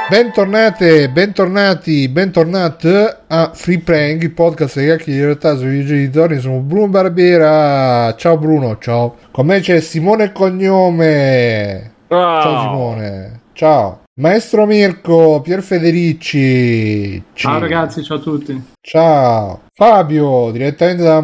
Bentornati a Free Playing, il podcast dei cacchi di realtà sui videogiochi di torni. Sono Bruno Barbera. Ciao Bruno, ciao. Con me c'è Simone Cognome. Ciao Simone. Ciao. Maestro Mirko, Pier Federici. Ciao ragazzi, ciao a tutti. Ciao. Fabio, direttamente da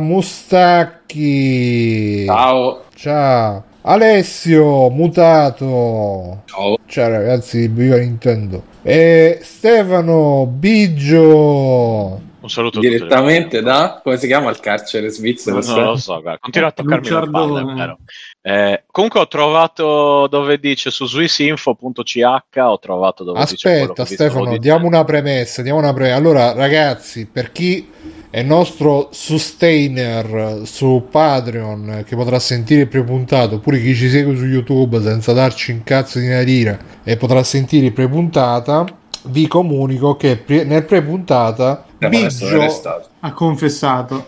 Mustacchi. Ciao. Alessio, mutato. Ciao. Ciao ragazzi, viva Nintendo. E Stefano Biggio. Un saluto direttamente da, come si chiama il carcere svizzero? Non lo so, guarda, continua a toccarmi la palla, è vero. Comunque ho trovato dove dice su swissinfo.ch, ho trovato dove dice quello che Stefano, diamo una premessa. Allora ragazzi, per chi è nostro sustainer su Patreon, che potrà sentire il prepuntato, oppure chi ci segue su YouTube senza darci un cazzo di narire e potrà sentire il prepuntata, vi comunico che nel prepuntata Biggio ha confessato,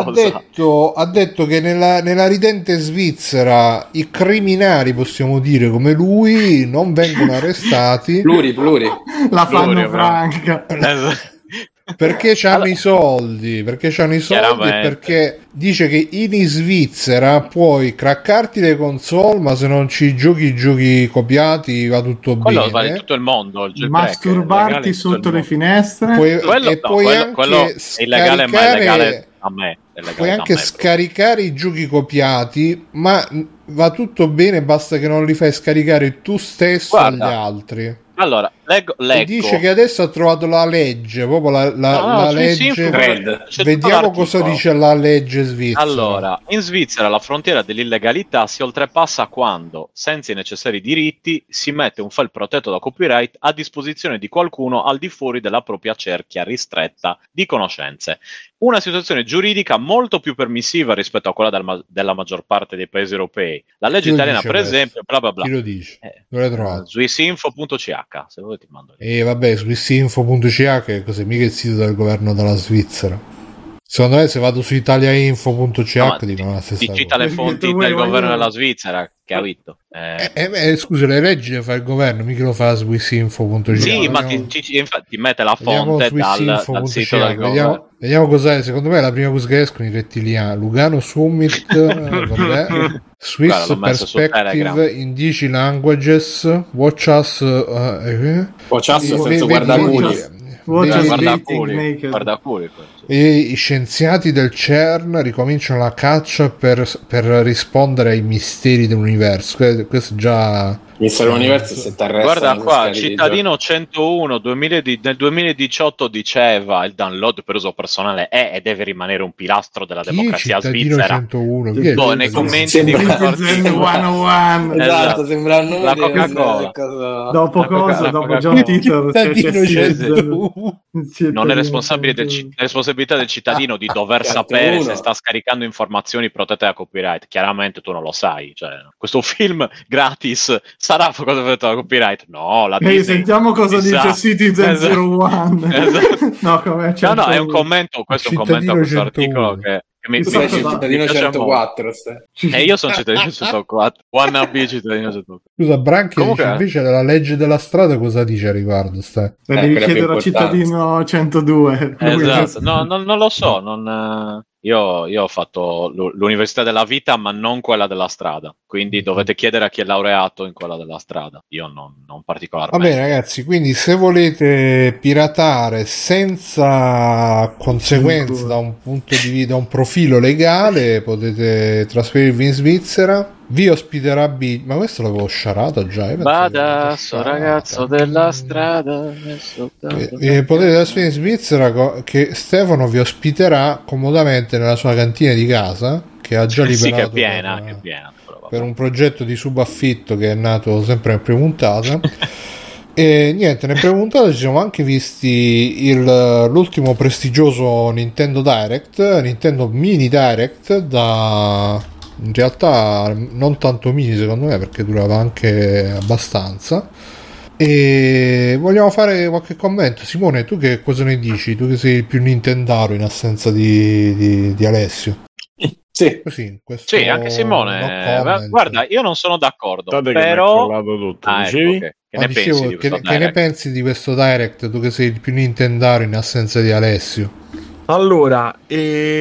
ha detto che nella ridente Svizzera i criminali, possiamo dire come lui, non vengono arrestati. Pluri. La fanno franca. Perché c'hanno i soldi, perché dice che in Svizzera puoi craccarti le console, ma se non ci giochi copiati va tutto bene. Quello vale in tutto il mondo, il masturbarti sotto le finestre. Puoi anche è illegale, ma è legale a me. Puoi anche scaricare i giochi copiati, ma va tutto bene, basta che non li fai scaricare tu stesso agli altri. Allora, leggo. E dice che adesso ha trovato la legge, proprio la legge. Vediamo cosa dice la legge svizzera. Allora, in Svizzera la frontiera dell'illegalità si oltrepassa quando, senza i necessari diritti, si mette un file protetto da copyright a disposizione di qualcuno al di fuori della propria cerchia ristretta di conoscenze. Una situazione giuridica molto più permissiva rispetto a quella della maggior parte dei paesi europei. La legge italiana, per esempio, bla bla bla. Chi lo dice? Dove l'hai trovato? Swissinfo.ch, se vuoi ti mando lì. E vabbè, swissinfo.ch, che cos'è? Mica il sito del governo della Svizzera. Secondo me se vado su italiainfo.ch dicono la stessa cosa. Cita le fonti del governo della Svizzera, capito? Scusa, le leggi le fa il governo, mica lo fa swissinfo.ch. Sì, ma ti mette la fonte dal sito del governo. Vediamo cos'è. Secondo me la prima cosa che escono i rettiliani. Lugano Summit, vabbè. Swiss Perspective, Indici Languages, Watch Us senza guardaculi. Guardaculi. E i scienziati del CERN ricominciano la caccia per rispondere ai misteri dell'universo. Questo già Mistero dell'universo, se t'arresta. Guarda qua, cittadino 101 nel 2018 diceva il download per uso personale è e deve rimanere un pilastro della democrazia svizzera. 101? Nei commenti di esatto, sembra il nome la Coca-Cola. Dopo John Titor, non è responsabilità del cittadino di dover sapere se sta scaricando informazioni protette da copyright. Chiaramente tu non lo sai, cioè, questo film gratis sarà protetto da copyright? No, la Disney, sentiamo cosa dice Citizen 01. Esatto. No, è un commento, questo è un commento a questo articolo che mi sei cittadino 104 e io sono cittadino 104 wannabe cittadino 104. Scusa, Branchi, invece della legge della strada cosa dice a riguardo? Devi chiedere a cittadino 102. Esatto, no, non lo so, io ho fatto l'università della vita, ma non quella della strada, quindi dovete chiedere a chi è laureato in quella della strada, io non particolarmente. Vabbè ragazzi, quindi se volete piratare senza conseguenze da un punto di vista, da un profilo legale, potete trasferirvi in Svizzera. Vi ospiterà ma questo l'avevo sciarato già. Badasso ragazzo della strada. Potete trasferire in Svizzera, che Stefano vi ospiterà comodamente nella sua cantina di casa, che ha già liberato. Sì, che è piena. Per un progetto di subaffitto che è nato sempre in prepuntata. E niente, nel prepuntata ci siamo anche visti l'ultimo prestigioso Nintendo Mini Direct in realtà non tanto mini secondo me, perché durava anche abbastanza, e vogliamo fare qualche commento. Simone, tu che cosa ne dici? Tu che sei il più nintendaro in assenza di Alessio. Sì, sì, anche Simone. Guarda, io non sono d'accordo, però tutto. Dicevi? Okay. Che ne pensi di questo che ne pensi di questo Direct, tu che sei il più Nintendaro in assenza di Alessio? Allora, io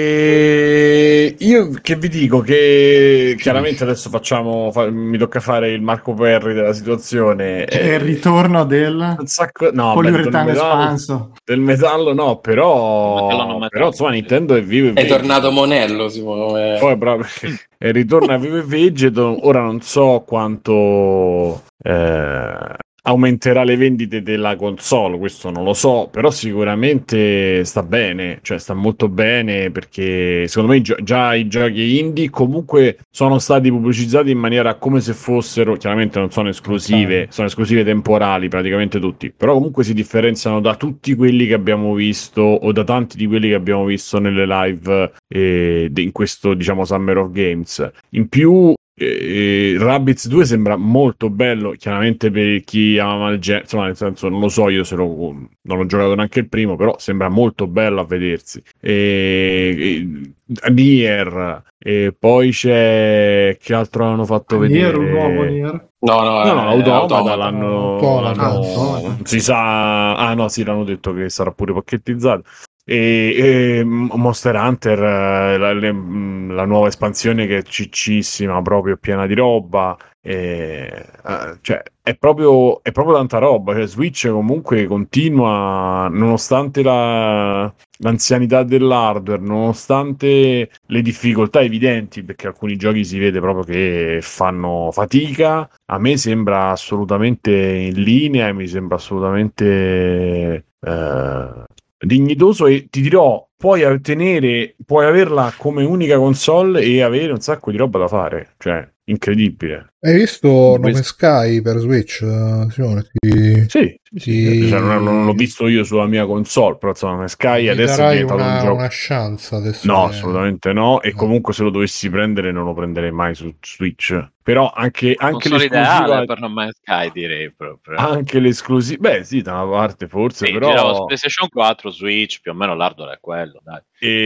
che vi dico che chiaramente adesso mi tocca fare il Marco Perri della situazione. Il ritorno del poliuretano espanso. Del metallo no, però insomma Nintendo è vivo e vegeto. È tornato Monello, Simone. Poi proprio e ritorna vivo e vegeto. Ora non so quanto aumenterà le vendite della console, questo non lo so, però sicuramente sta bene, cioè sta molto bene, perché secondo me già i giochi indie comunque sono stati pubblicizzati in maniera come se fossero, chiaramente non sono esclusive, sono esclusive temporali praticamente tutti, però comunque si differenziano da tutti quelli che abbiamo visto o da tanti di quelli che abbiamo visto nelle live in questo, diciamo, Summer of Games. In più Rabbids 2 sembra molto bello, chiaramente per chi ama il genere, insomma, nel senso, non lo so, io non ho giocato neanche il primo, però sembra molto bello a vedersi. Nier, e poi c'è, che altro hanno fatto vedere? Un nuovo Nier? No, Automata l'hanno si sa, sì, l'hanno detto che sarà pure pacchettizzato. E Monster Hunter, la nuova espansione che è ciccissima, proprio piena di roba, cioè è proprio tanta roba. Cioè, Switch comunque continua, nonostante l'anzianità dell'hardware, nonostante le difficoltà evidenti, perché alcuni giochi si vede proprio che fanno fatica. A me sembra assolutamente in linea e mi sembra assolutamente dignitoso, e ti dirò, puoi averla come unica console e avere un sacco di roba da fare, cioè incredibile. Hai visto Nome Sky per Switch, Simone? Sì. Cioè, non l'ho visto io sulla mia console, però insomma Nome Sky adesso è diventato un gioco. Una chance adesso? No, assolutamente no, e comunque se lo dovessi prendere non lo prenderei mai su Switch. Però anche l'esclusiva per Nome Sky, direi proprio. Anche l'esclusiva, beh sì, da una parte forse, sì, però su PlayStation 4, Switch, più o meno l'hardware è quello, dai.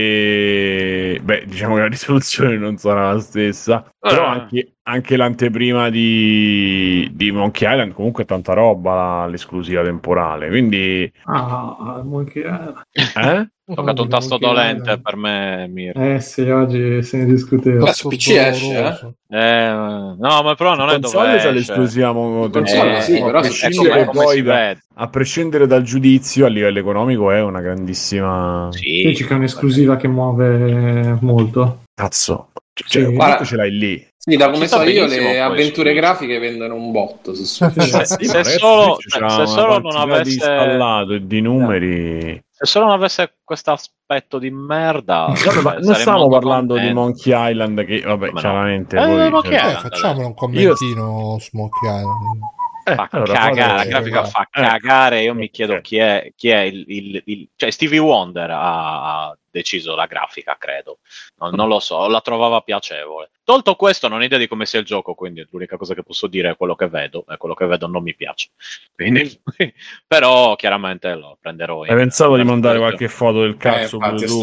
E diciamo che la risoluzione non sarà la stessa, però anche l'anteprima di Monkey Island comunque è tanta roba, l'esclusiva temporale, quindi Monkey Island. Ho toccato un tasto dolente per me, Mir. Sì, oggi se ne discuteva. Su PC esce, no, ma però non è dove esce. L'esclusiva console, sì, però a prescindere dal giudizio, a livello economico è una grandissima. Sì, c'è un'esclusiva che muove molto. Cazzo, guarda, ce l'hai lì. Sì, da come so io, le avventure grafiche vendono un botto. Se solo non avesse installato e di numeri. Se solo non avesse questo aspetto di merda. Non stiamo parlando di Monkey Island, che vabbè, chiaramente facciamolo un commentino su Monkey Island. La grafica fa cagare. Io mi chiedo chi è cioè Stevie Wonder ha deciso la grafica, credo. Non lo so, la trovava piacevole. Tolto questo, non ho idea di come sia il gioco, quindi l'unica cosa che posso dire è quello che vedo, e quello che vedo non mi piace. Quindi, però chiaramente lo prenderò. Hai pensato di mandare qualche foto del cazzo?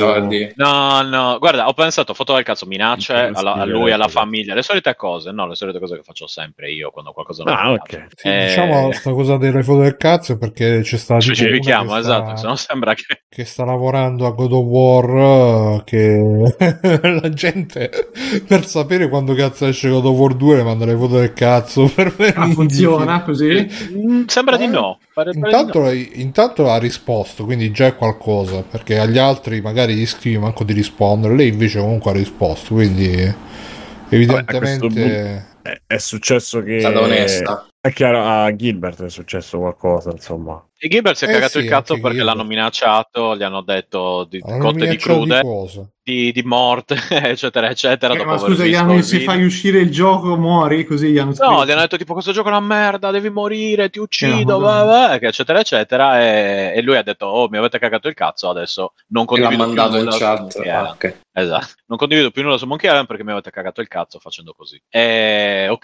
No, guarda, ho pensato foto del cazzo, minacce a lui, alla famiglia, le solite cose che faccio sempre io quando qualcosa non mi piace. Sì, diciamo sta cosa delle foto del cazzo perché c'è stato ci richiamo, esatto, se no sembra che sta lavorando a God of War, che la gente per sapere quando cazzo esce God of War 2 le manda le foto del cazzo. Per me funziona così? Sembra di no. Intanto ha risposto, quindi già è qualcosa, perché agli altri magari gli scrivi manco di rispondere, lei invece comunque ha risposto, quindi evidentemente è successo che è stata onesta. È chiaro, a Gilbert è successo qualcosa, insomma. E Gilbert si è cagato il cazzo perché Gilbert l'hanno minacciato, gli hanno detto di cotte di crude, di morte, eccetera, eccetera. Ma scusa, se fai uscire il gioco muori, così gli hanno scritto. No, gli hanno detto tipo questo gioco è una merda, devi morire, ti uccido, eccetera, eccetera. E lui ha detto, oh, mi avete cagato il cazzo, adesso non condivido più nulla su Monkey Island. Esatto, non condivido più nulla su Monkey Island perché mi avete cagato il cazzo facendo così. Ok,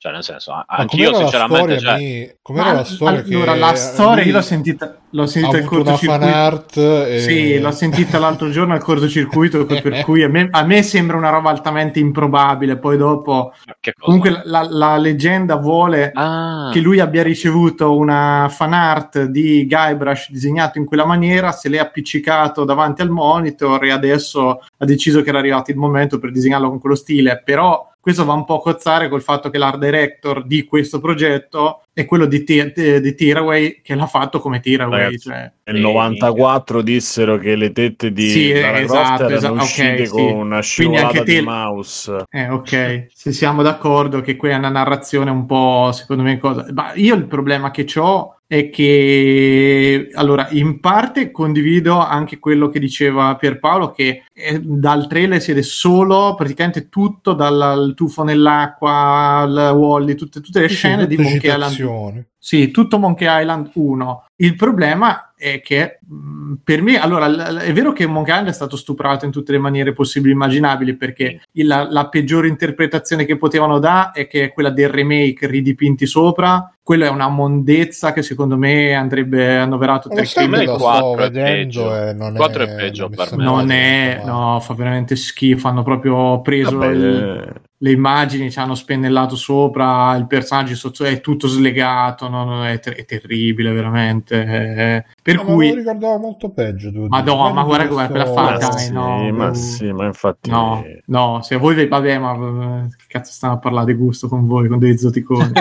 Cioè, nel senso, anch'io sinceramente... Com'era la storia? Allora, la storia io l'ho sentita il cortocircuito. Fan art Sì, l'ho sentita l'altro giorno al cortocircuito, per cui a me sembra una roba altamente improbabile. Poi dopo, comunque la leggenda vuole che lui abbia ricevuto una fan art di Guybrush disegnato in quella maniera, se l'è appiccicato davanti al monitor e adesso ha deciso che era arrivato il momento per disegnarlo con quello stile. Però questo va un po' a cozzare col fatto che l'art director di questo progetto è quello di Tearaway, che l'ha fatto come Tearaway. Ragazzi, nel 94 dissero che le tette di Lara Croft erano uscite con una scivolata di mouse. Ok, se siamo d'accordo che qui è una narrazione un po', secondo me, cosa. Ma io il problema che c'ho è che, allora, in parte condivido anche quello che diceva Pierpaolo, che dal trailer si vede solo praticamente tutto, dal tuffo nell'acqua al Wall-E, tutte le scene di Monkey Island. Sì, tutto Monkey Island 1. Il problema è che per me, allora, è vero che Monkey Island è stato stuprato in tutte le maniere possibili e immaginabili, perché la peggiore interpretazione che potevano dare è che è quella del remake ridipinti sopra. Quella è una mondezza che secondo me andrebbe annoverato tra i crimini. Lo sto vedendo e non 4 è peggio per me. Non è, no, fa veramente schifo. Hanno proprio preso le immagini, ci hanno spennellato sopra, il personaggio sotto è tutto slegato, è terribile veramente. Per cui me lo ricordavo molto peggio. Madonna, ma guarda quella fatta, ma infatti no, se voi vabbè, ma che cazzo stanno a parlare di gusto con voi, con dei zoticoni?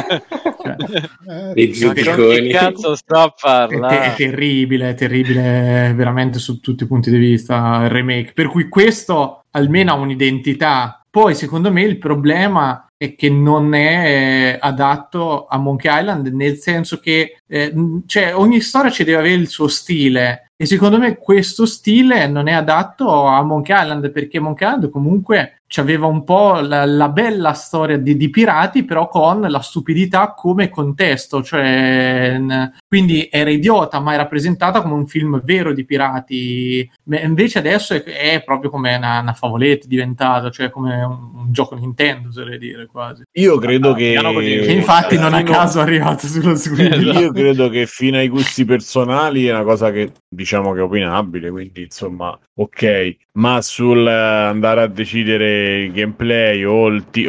Che cazzo sta a parlare? È terribile veramente su tutti i punti di vista il remake, per cui questo almeno ha un'identità. Poi secondo me il problema è che non è adatto a Monkey Island, nel senso che cioè ogni storia ci deve avere il suo stile, e secondo me questo stile non è adatto a Monkey Island, perché Monkey Island comunque c'aveva un po' la bella storia di pirati, però con la stupidità come contesto, cioè quindi era idiota ma era presentata come un film vero di pirati. Invece adesso è proprio come una favoletta diventata, cioè come un gioco Nintendo, oserei dire quasi. Io credo che infatti non a caso è arrivato sullo sguardo. Io credo che fino ai gusti personali è una cosa che diciamo che è opinabile, quindi insomma ok, ma sul andare a decidere il gameplay o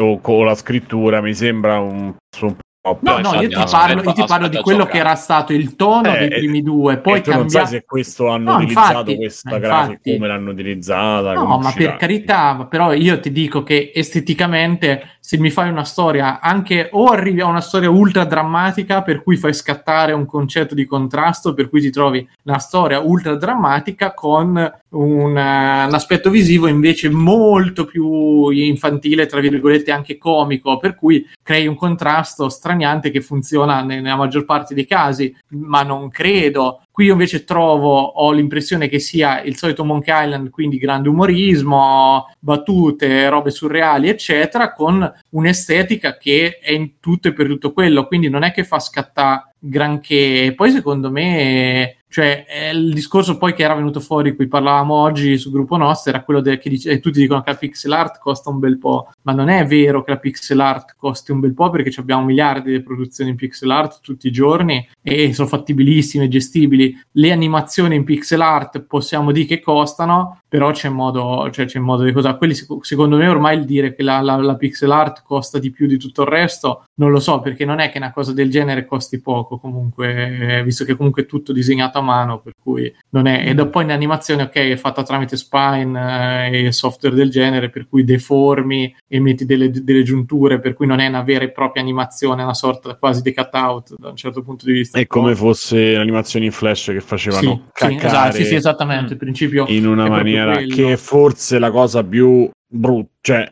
la scrittura mi sembra un No, io ti parlo di quello che era stato il tono dei primi due, poi non sai se questo hanno utilizzato questa grafica, come l'hanno utilizzata. No, ma per carità, però io ti dico che esteticamente, se mi fai una storia anche, o arrivi a una storia ultra drammatica per cui fai scattare un concetto di contrasto, per cui ti trovi una storia ultra drammatica con un aspetto visivo invece molto più infantile, tra virgolette anche comico, per cui crei un contrasto straniante che funziona nella maggior parte dei casi, ma non credo. Qui io invece ho l'impressione che sia il solito Monkey Island, quindi grande umorismo, battute, robe surreali, eccetera, con un'estetica che è in tutto e per tutto quello, quindi non è che fa scattare granché. Poi secondo me, cioè, il discorso poi che era venuto fuori, qui parlavamo oggi sul gruppo nostro, era quello che tutti dicono che la pixel art costa un bel po', ma non è vero che la pixel art costi un bel po', perché abbiamo miliardi di produzioni in pixel art tutti i giorni e sono fattibilissime, gestibili. Le animazioni in pixel art possiamo dire che costano, però c'è modo di cosa. Quelli secondo me ormai il dire che la pixel art costa di più di tutto il resto non lo so, perché non è che una cosa del genere costi poco comunque, visto che comunque è tutto disegnato a mano, per cui non è. E poi in animazione è fatta tramite spine e software del genere, per cui deformi e metti delle giunture, per cui non è una vera e propria animazione, è una sorta quasi di cutout da un certo punto di vista. È come fosse animazioni in flash che facevano caccare, sì, esattamente, il principio in una maniera che è forse la cosa più brutta, cioè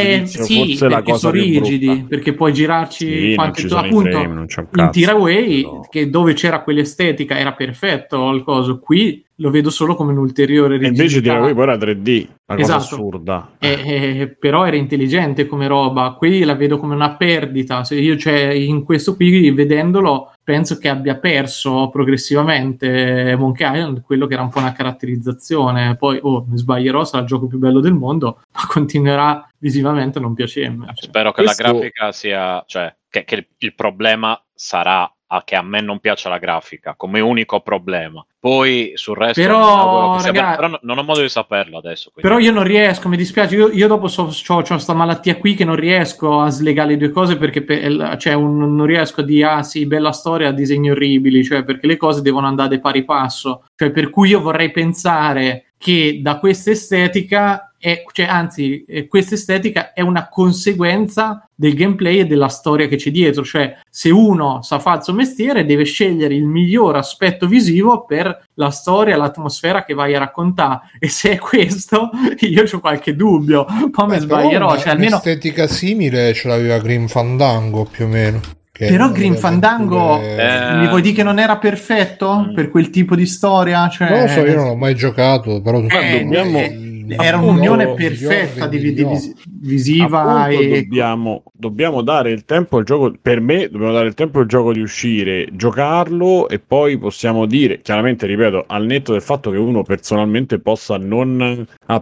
forse la cosa sono più rigidi brutta, perché puoi girarci appunto in Tearaway, che dove c'era quell'estetica era perfetto il coso, qui lo vedo solo come un'ulteriore rigidità. E invece Tearaway poi era 3D, una cosa assurda, però era intelligente come roba. Qui la vedo come una perdita. Se io, cioè, in questo qui, vedendolo, penso che abbia perso progressivamente Monkey Island quello che era un po' una caratterizzazione. Poi mi sbaglierò, sarà il gioco più bello del mondo, ma continuerà visivamente a non piacermi. Spero che la grafica sia, cioè che il problema sarà che a me non piace la grafica come unico problema. Poi sul resto però non ho modo di saperlo adesso. Quindi. Però io non riesco, mi dispiace, io dopo ho questa malattia qui che non riesco a slegare le due cose, perché non riesco a dire sì, bella storia, disegni orribili, cioè perché le cose devono andare di pari passo, cioè per cui io vorrei pensare che da questa estetica questa estetica è una conseguenza del gameplay e della storia che c'è dietro, cioè se uno sa fare il suo mestiere deve scegliere il miglior aspetto visivo per la storia, l'atmosfera che vai a raccontare, e se è questo io ho qualche dubbio, poi mi sbaglierò, cioè almeno un'estetica simile ce l'aveva Grim Fandango più o meno. Però Grim Fandango mi vuoi dire che non era perfetto per quel tipo di storia? Cioè, non lo so, io non l'ho mai giocato, però era un'unione perfetta visiva. Appunto, dobbiamo dare il tempo al gioco. Per me dobbiamo dare il tempo al gioco di uscire, giocarlo, e poi possiamo dire, chiaramente, ripeto, al netto del fatto che uno personalmente possa non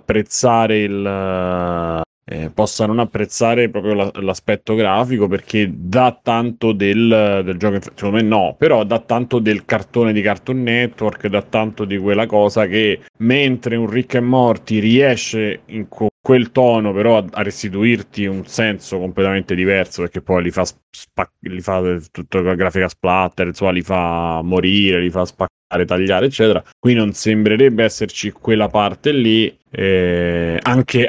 apprezzare possa non apprezzare proprio l'aspetto grafico, perché dà tanto del gioco, secondo me no, però dà tanto del cartone di Cartoon Network, dà tanto di quella cosa che, mentre un Rick and Morty riesce in quel tono però a restituirti un senso completamente diverso, perché poi li fa tutta la grafica splatter, insomma, li fa morire, li fa spaccare, tagliare, eccetera. Qui non sembrerebbe esserci quella parte lì. Anche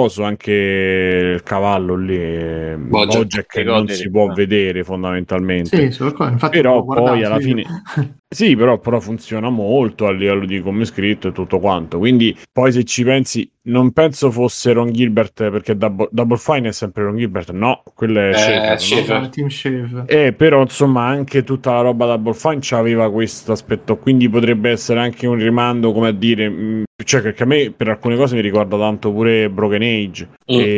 il cavallo lì, Bojack, non si può vedere fondamentalmente, sì, infatti però poi alla fine sì, però funziona molto a livello di come è scritto e tutto quanto. Quindi poi, se ci pensi, non penso fosse Ron Gilbert, perché Double Fine è sempre Ron Gilbert, no, quello è Schafer, no? Team Schafer. Però insomma anche tutta la roba Double Fine c'aveva questo aspetto, quindi potrebbe essere anche un rimando, come a dire, cioè, perché a me per alcune cose mi ricorda tanto pure Broken Age,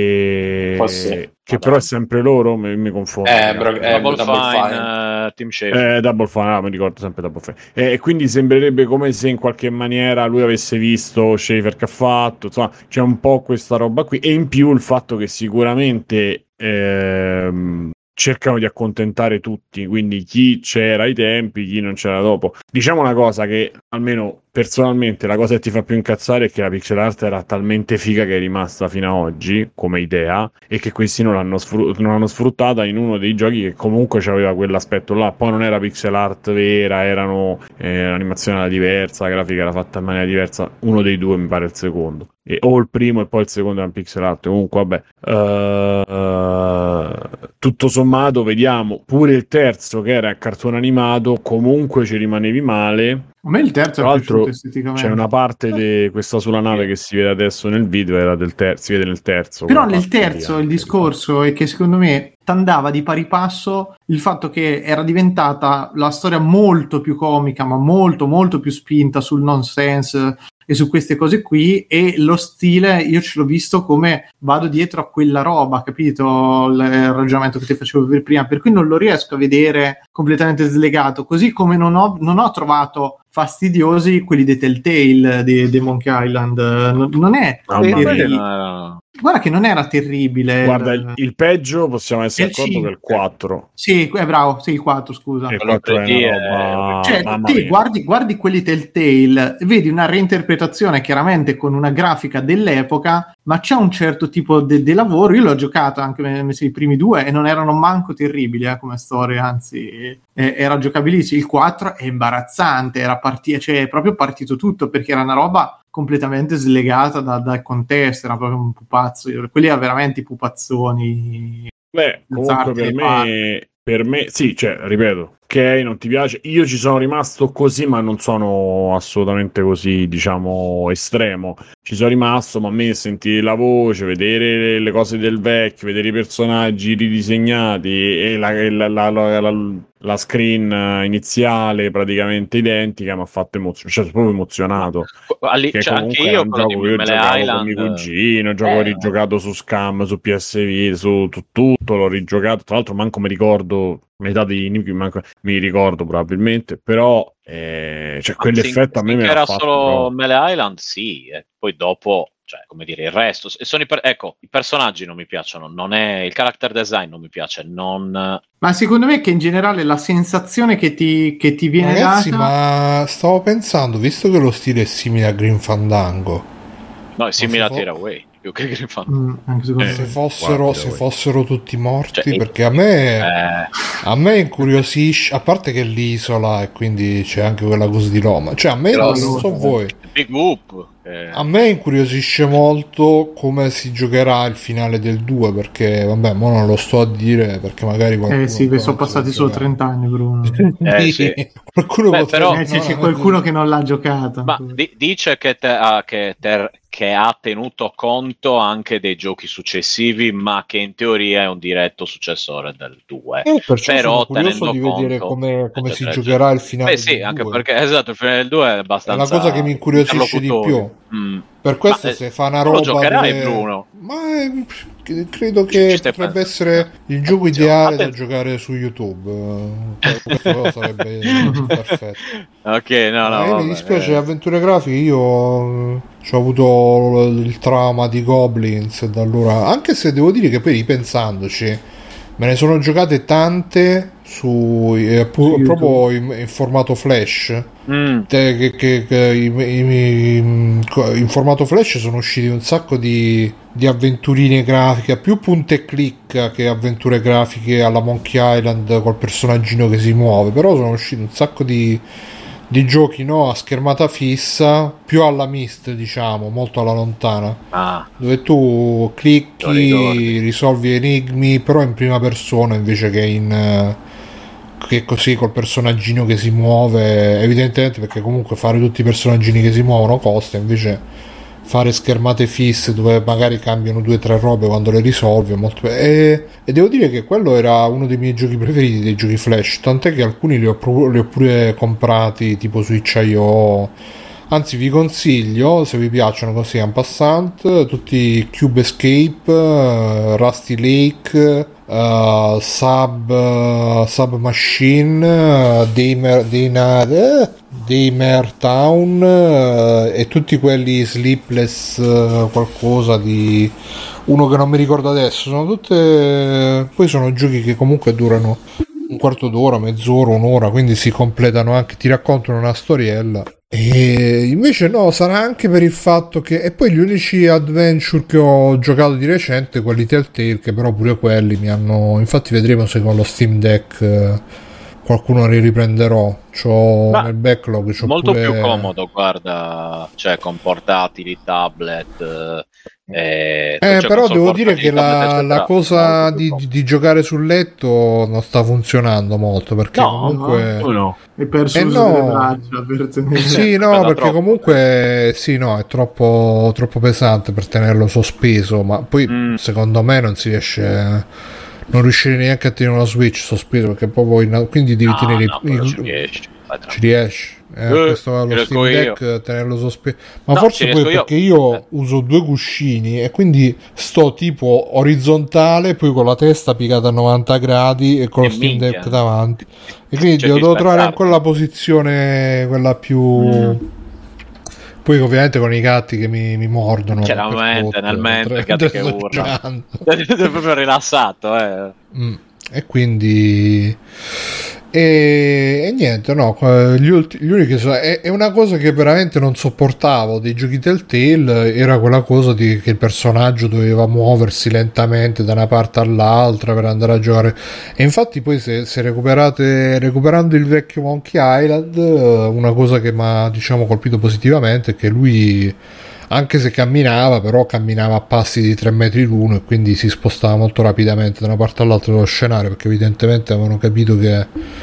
che però è sempre loro, mi confondo. Double Fine, Team Schafer. Double Fine, mi ricordo sempre Double Fine. E quindi sembrerebbe come se in qualche maniera lui avesse visto Schafer che ha fatto, insomma, c'è un po' questa roba qui, e in più il fatto che sicuramente cercano di accontentare tutti, quindi chi c'era ai tempi, chi non c'era dopo. Diciamo una cosa che, almeno personalmente, la cosa che ti fa più incazzare è che la pixel art era talmente figa che è rimasta fino ad oggi come idea, e che questi non l'hanno sfruttata in uno dei giochi che comunque c'aveva quell'aspetto là. Poi non era pixel art vera, l'animazione era diversa, la grafica era fatta in maniera diversa, uno dei due mi pare il secondo, o il primo e poi il secondo era pixel art. Comunque vabbè, tutto sommato vediamo pure il terzo, che era cartone animato, comunque ci rimanevi male. A me il terzo tra è l'altro piaciuto esteticamente. c'è una parte di questa sulla nave che si vede adesso nel video, era del terzo, si vede nel terzo. Però nel terzo il discorso è che secondo me andava di pari passo il fatto che era diventata la storia molto più comica, ma molto molto più spinta sul nonsense e su queste cose qui, e lo stile io ce l'ho visto come vado dietro a quella roba, capito il ragionamento che ti facevo prima, per cui non lo riesco a vedere completamente slegato, così come non ho trovato fastidiosi quelli dei Telltale di Monkey Island. Non è guarda che non era terribile. Guarda, il peggio possiamo essere d'accordo che è il 4. Sì, è bravo, sì, il 4, scusa. Il 4 è una roba... Cioè, te guardi quelli Telltale, vedi una reinterpretazione chiaramente con una grafica dell'epoca, ma c'è un certo tipo di lavoro. Io l'ho giocato anche i primi due e non erano manco terribili come storia, anzi era giocabilissimo. Il 4 è imbarazzante, è proprio partito tutto, perché era una roba completamente slegata dal contesto, era proprio un pupazzo. Quelli erano veramente i pupazzoni. Beh, comunque per me sì, cioè, ripeto, ok, non ti piace, io ci sono rimasto così, ma non sono assolutamente così, diciamo, estremo. Ci sono rimasto, ma a me sentire la voce, vedere le cose del vecchio, vedere i personaggi ridisegnati e la screen iniziale praticamente identica mi ha fatto cioè, sono proprio emozionato. Cioè, anche io un gioco che io giocavo con mio cugino, gioco rigiocato su Scam, su PSV, su tutto l'ho rigiocato, tra l'altro manco mi ricordo metà dei nemici, mi ricordo probabilmente, però cioè, quell'effetto a me mi ha era fatto solo Melee Island, sì, poi dopo cioè, come dire, il resto. Sono ecco, i personaggi non mi piacciono, non è il character design non mi piace, non... Ma secondo me che in generale la sensazione che ti viene Ragazzi, data... ma stavo pensando, visto che lo stile è simile a Grim Fandango, no, è simile a Tearaway più che Grim Fandango. Se fossero tutti morti, cioè, perché a me incuriosisce, a parte che l'isola e quindi c'è anche quella cosa di Roma, cioè a me non so voi, Big Whoop, a me incuriosisce molto come si giocherà il finale del 2, perché vabbè, mo non lo sto a dire perché magari qualcuno sì, sono passati solo 30 anni, Bruno. Sì. Qualcuno però c'è qualcuno che non l'ha giocato. Ma dice che ha tenuto conto anche dei giochi successivi, ma che in teoria è un diretto successore del 2. Però tenendo di vedere come si giocherà il finale del 2. Sì, anche perché esatto, il finale del 2 è abbastanza... È la cosa che mi incuriosisce di più. Per questo se fa una roba... Lo giocherai, Bruno? Ma credo che potrebbe essere il gioco ideale da giocare su YouTube. Questo sarebbe perfetto. Ok, no, mi dispiace, avventure grafiche, io ho avuto il trauma di Goblins da allora, anche se devo dire che poi ripensandoci me ne sono giocate tante proprio in formato flash. In formato flash sono usciti un sacco di avventurine grafiche, più punte e click che avventure grafiche alla Monkey Island col personaggino che si muove, però sono usciti un sacco di giochi a schermata fissa, più alla Myst, diciamo, molto alla lontana, dove tu clicchi, risolvi enigmi, però in prima persona invece che così col personaggino che si muove, evidentemente, perché comunque fare tutti i personaggini che si muovono costa, invece fare schermate fisse dove magari cambiano 2 o 3 robe quando le risolvi è molto... e devo dire che quello era uno dei miei giochi preferiti dei giochi flash, tant'è che alcuni li ho pure comprati tipo Switch.io. Anzi, vi consiglio, se vi piacciono così en passant, tutti Cube Escape, Rusty Lake, Sub Machine, Daymare Town e tutti quelli Sleepless, qualcosa di uno che non mi ricordo adesso. Sono tutte, poi sono giochi che comunque durano un quarto d'ora, mezz'ora, un'ora, quindi si completano anche, ti raccontano una storiella. E invece no, sarà anche per il fatto che, e poi gli unici adventure che ho giocato di recente, quelli Telltale, che però pure quelli mi hanno, infatti vedremo se con lo Steam Deck qualcuno li riprenderò. Nel backlog c'ho molto pure... più comodo, guarda, cioè con portatili, tablet. Però devo dire che la cosa di giocare sul letto non sta funzionando molto, perché comunque hai perso l'uso delle braccia per tenere... sì, no, perché comunque sì, no, è troppo pesante per tenerlo sospeso, ma poi secondo me non si riesce, non riuscirei neanche a tenere una Switch sospeso, perché proprio quindi devi tenere ci riesci. Questo è lo Steam Deck, tenerlo sospeso, ma forse poi perché io uso 2 cuscini e quindi sto tipo orizzontale, poi con la testa piegata a 90 gradi e con lo Steam Deck davanti, e quindi devo trovare ancora la posizione quella più poi ovviamente con i gatti che mi mordono chiaramente nel mentre, gatti che urlano, è proprio rilassato e quindi e niente, no, gli unici è una cosa che veramente non sopportavo dei giochi Telltale, era quella cosa che il personaggio doveva muoversi lentamente da una parte all'altra per andare a giocare, e infatti poi se recuperando il vecchio Monkey Island, una cosa che mi ha, diciamo, colpito positivamente è che lui, anche se camminava, però camminava a passi di 3 metri l'uno e quindi si spostava molto rapidamente da una parte all'altra dello scenario, perché evidentemente avevano capito che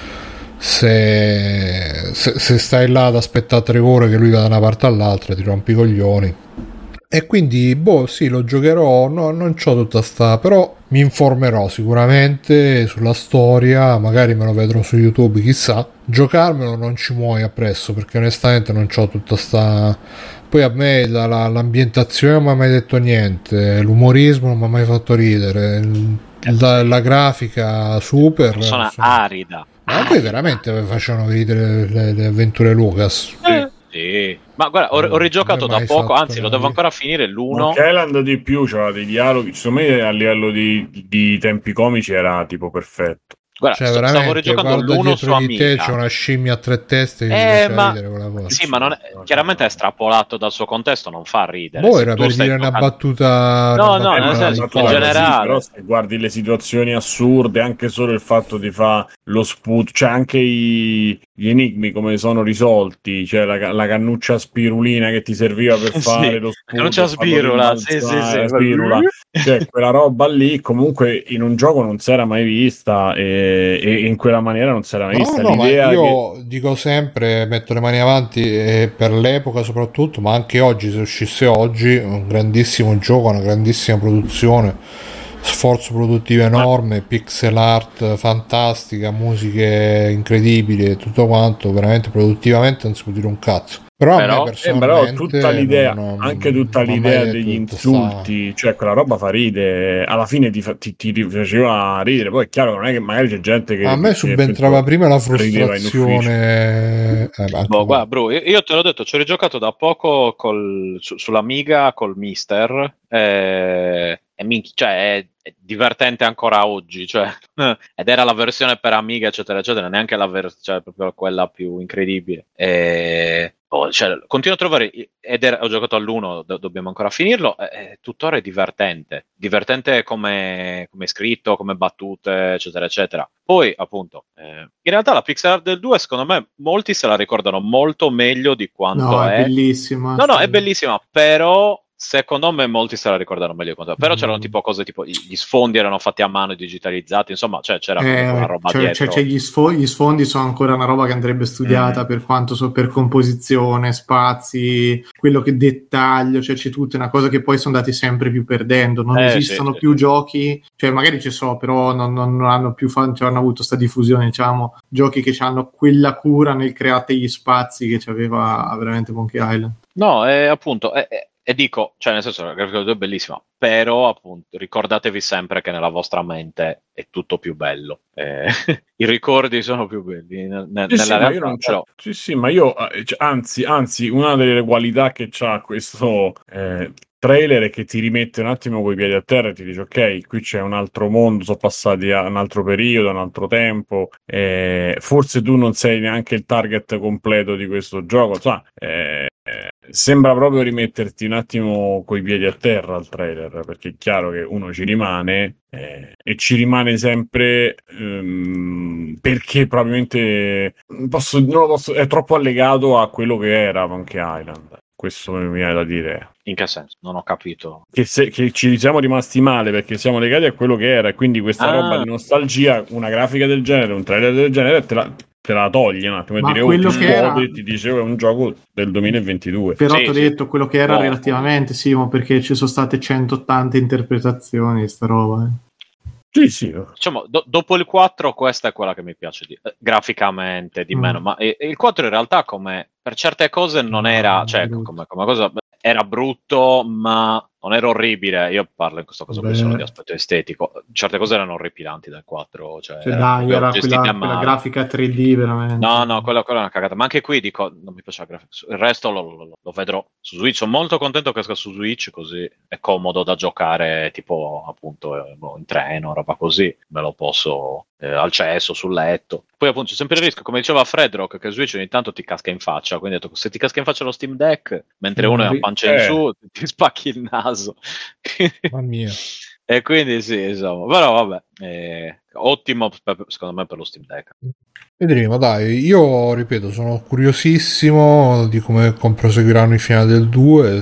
se stai là ad aspettare 3 ore che lui va da una parte all'altra ti rompi i coglioni. E quindi sì, lo giocherò, no, non c'ho tutta sta, però mi informerò sicuramente sulla storia, magari me lo vedrò su YouTube, chissà. Giocarmelo non ci muoio appresso, perché onestamente non c'ho tutta sta... Poi a me l'ambientazione non mi ha mai detto niente, l'umorismo non mi ha mai fatto ridere, la grafica super, persona arida, ma poi veramente facevano ridere le avventure Lucas. Sì, ma guarda, ho rigiocato da poco, anzi lo devo ancora finire l'1. Monkey Island di più, c'era dei dialoghi, secondo me a livello di tempi comici era tipo perfetto. Guarda, cioè, stavo rigiocando l'1 su Amiga. C'è una scimmia a tre teste che fa ridere quella cosa. Sì, ma non è, chiaramente è estrapolato dal suo contesto, non fa ridere. Boh, era per dire una battuta. No, nel senso, in generale. Però se guardi le situazioni assurde, anche solo il fatto di fare lo sputo, cioè anche gli enigmi come sono risolti, cioè la cannuccia spirulina che ti serviva per fare lo sputo. La cannuccia spirula, sì. Spirula. Cioè, quella roba lì comunque in un gioco non si era mai vista e in quella maniera non si era mai vista. L'idea io dico sempre, metto le mani avanti per l'epoca soprattutto, ma anche oggi, se uscisse oggi, un grandissimo gioco, una grandissima produzione, sforzo produttivo enorme, pixel art fantastica, musiche incredibili e tutto quanto, veramente produttivamente non si può dire un cazzo. Però tutta l'idea, anche tutta l'idea degli insulti, cioè quella roba fa ridere, alla fine ti faceva ridere. Poi è chiaro che non è che magari c'è gente che a me subentrava prima la frustrazione. Guarda, bro, io te l'ho detto, ci ho rigiocato da poco sull'Amiga col Mister. Cioè è divertente ancora oggi, cioè, ed era la versione per Amiga eccetera eccetera, neanche cioè proprio quella più incredibile. Cioè, continuo a trovare, ho giocato all'1, dobbiamo ancora finirlo, tuttora è divertente come scritto, come battute eccetera eccetera. Poi appunto in realtà la pixel art del 2 secondo me molti se la ricordano molto meglio di quanto è bellissima. No, è bellissima, però secondo me molti se la ricordano meglio di quanto è. Però c'erano tipo cose tipo gli sfondi erano fatti a mano e digitalizzati, insomma, cioè c'era una roba dietro. Cioè gli sfondi sono ancora una roba che andrebbe studiata per quanto per composizione, spazi, quello che dettaglio, cioè c'è tutta una cosa che poi sono andati sempre più perdendo, non esistono più giochi, cioè magari ci so, però non hanno più cioè hanno avuto sta diffusione, diciamo, giochi che hanno quella cura nel creare gli spazi che c'aveva veramente Monkey Island. No, appunto, e dico, cioè nel senso la grafica del 2 è bellissima, però appunto ricordatevi sempre che nella vostra mente è tutto più bello, i ricordi sono più belli nella realtà. Ma io anzi una delle qualità che c'ha questo trailer è che ti rimette un attimo coi piedi a terra e ti dice ok, qui c'è un altro mondo, sono passati a un altro periodo, a un altro tempo, forse tu non sei neanche il target completo di questo gioco, insomma, sembra proprio rimetterti un attimo coi piedi a terra al trailer, perché è chiaro che uno ci rimane e ci rimane sempre perché probabilmente è troppo allegato a quello che era Monkey Island. Questo mi viene da dire. In che senso? Non ho capito. Che ci siamo rimasti male perché siamo legati a quello che era, e quindi questa roba di nostalgia, una grafica del genere, un trailer del genere te la toglie un attimo, dire quello che era, ti dicevo è un gioco del 2022. Però ti ho detto quello che era relativamente, Simo, perché ci sono state 180 interpretazioni di sta roba. Sì. Diciamo, dopo il 4 questa è quella che mi piace graficamente di meno, ma il 4 in realtà come per certe cose non era, cioè come cosa era brutto, ma non era orribile. Io parlo in questo caso solo di aspetto estetico. Certe cose erano orripilanti del 4, cioè era quella grafica 3D veramente. No, quella è una cagata. Ma anche qui dico, non mi piace la grafica. Il resto lo vedrò su Switch. Sono molto contento che esca su Switch, così è comodo da giocare, tipo appunto in treno, roba così. Me lo posso al cesso, sul letto. Poi appunto c'è sempre il rischio, come diceva Fredrock, che Switch ogni tanto ti casca in faccia. Quindi ho detto, se ti casca in faccia lo Steam Deck mentre uno è a pancia in su, ti spacchi il naso. Mamma mia. E quindi sì, insomma, però vabbè, ottimo secondo me per lo Steam Deck. Vedremo, dai, io ripeto, sono curiosissimo di come proseguiranno i finali del 2,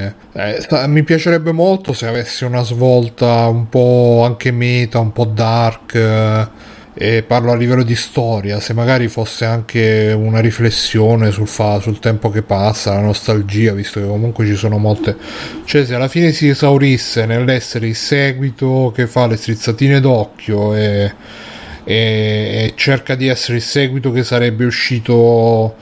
mi piacerebbe molto se avessi una svolta un po' anche meta, un po' dark, e parlo a livello di storia, se magari fosse anche una riflessione sul tempo che passa, la nostalgia, visto che comunque ci sono molte, cioè se alla fine si esaurisse nell'essere il seguito che fa le strizzatine d'occhio e cerca di essere il seguito che sarebbe uscito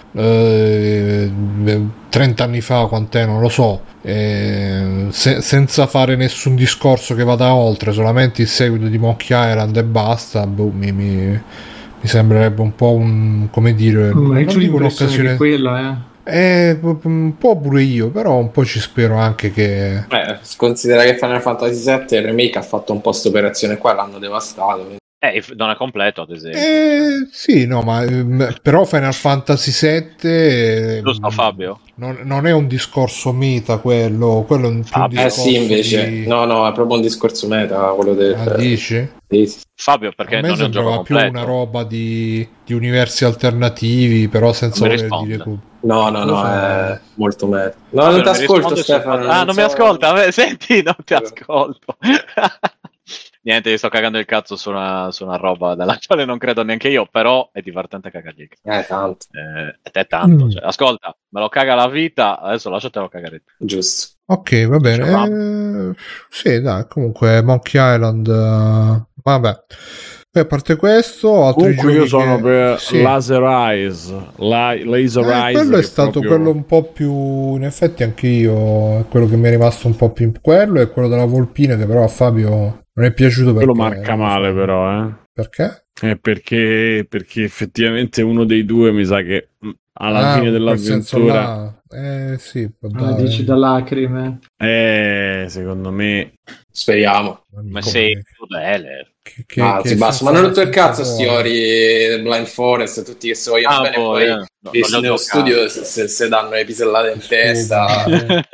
30 anni fa, quant'è, non lo so, senza fare nessun discorso che vada oltre, solamente il seguito di Monkey Island e basta, mi sembrerebbe un po' come dire, non dico un'occasione di quella, Un po' pure io, però un po' ci spero anche che... Considera che Final Fantasy VII il remake ha fatto un po' sta operazione qua, l'hanno devastato. Non è completo, ad esempio. Sì, no, ma però Final Fantasy VII... Giusto, Fabio? Non è un discorso meta quello è un più discorso sì, invece. No, è proprio un discorso meta, quello del... dici? Sì. Fabio, perché non è un gioco completo? Più una roba di universi alternativi, però senza voler dire... No, è molto meta. No, non ti ascolto, Stefano. Non mi ascolta, senti, non ti ascolto. Niente, io sto cagando il cazzo su una roba della quale non credo neanche io, però è divertente cagargli il cazzo. Tanto. È tanto. Cioè, ascolta, me lo caga la vita, adesso lasciatelo cagare. Giusto. Ok, va bene. Sì, dai, comunque Monkey Island... vabbè. A parte questo, altri comunque giochi io sono per sì. Laser Eyes. Laser Eyes quello è stato proprio... quello un po' più, in effetti anche io è quello che mi è rimasto un po' più, quello è quello della Volpina, che però a Fabio non è piaciuto perché quello marca male, però perché? Perché effettivamente uno dei due mi sa che alla fine dell'avventura sì, dici da lacrime, secondo me speriamo. Ma sei crudele. Sì, basta, ma non rotto il cazzo sti ori del Blind Forest, tutti che si vogliono bene, poi visti nello studio se danno le pisellate in testa.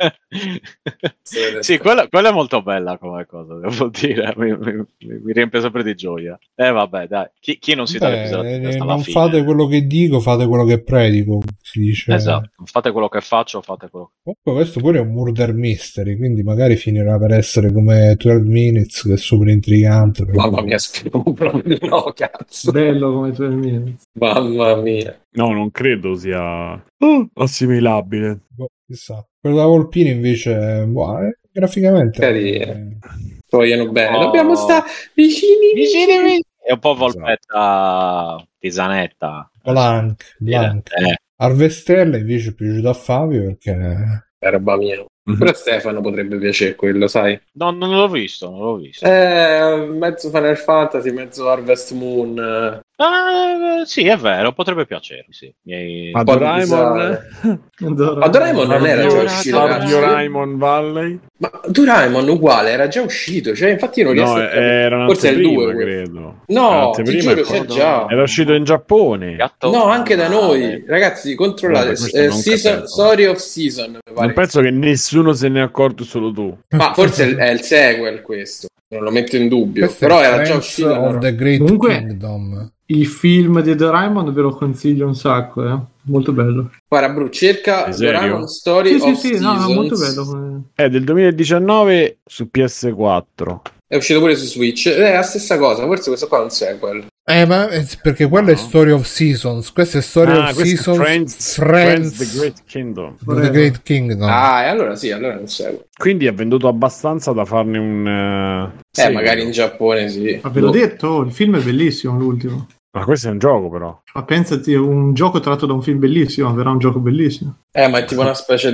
Sì, quella è molto bella come cosa, devo dire, mi riempie sempre di gioia. Vabbè, dai, chi non si dà le pisellate in testa alla non fine? fate quello che dico, fate quello che predico, si dice. Esatto, fate quello che faccio, fate quello che... Questo pure è un murder mystery, quindi magari finirà per essere come 12 Minutes, che è super intrigante. Mamma mia, spero proprio no, cazzo. Bello come 12 Minutes. Mamma mia. No, non credo sia assimilabile. Chissà. Quello da Volpini invece graficamente vogliono bene. Dobbiamo stare vicini. È un po' Volpetta Pisanetta. Blanc. Arvestella invece è piaciuto a Fabio perché è roba mia. Però a Stefano potrebbe piacere quello, sai? No, non l'ho visto. Mezzo Final Fantasy, mezzo Harvest Moon. Sì, è vero, potrebbe piacere. Sì. Ma Doraemon non era già uscito. Doraemon Valley? Ma Doraemon uguale, era già uscito. Cioè, infatti io non riesco a era forse è il 2, credo. No, ti giuro, c'è già. Era uscito in Giappone. No, anche da noi. Ragazzi, controllate. Story of Season. Non penso che nessuno se ne è accorto, solo tu. Ma forse è il sequel questo. Non lo metto in dubbio. Questo però era già uscito. Of the Great Kingdom. Il film di Doraemon ve lo consiglio un sacco, molto bello. Guarda, Bru, cerca Doraemon Story of Seasons. No, molto bello. È del 2019 su PS4. È uscito pure su Switch. È la stessa cosa, forse questo qua è un sequel. Ma perché quella è Story of Seasons. Questa è Story of Seasons. Friends The Great Kingdom. The Great Kingdom. E allora sì, allora è un sequel. Quindi ha venduto abbastanza da farne un magari in Giappone sì. Ma ve l'ho detto, il film è bellissimo, l'ultimo. Ma questo è un gioco, però. Ma pensati, un gioco tratto da un film bellissimo, verrà un gioco bellissimo. Ma è tipo una specie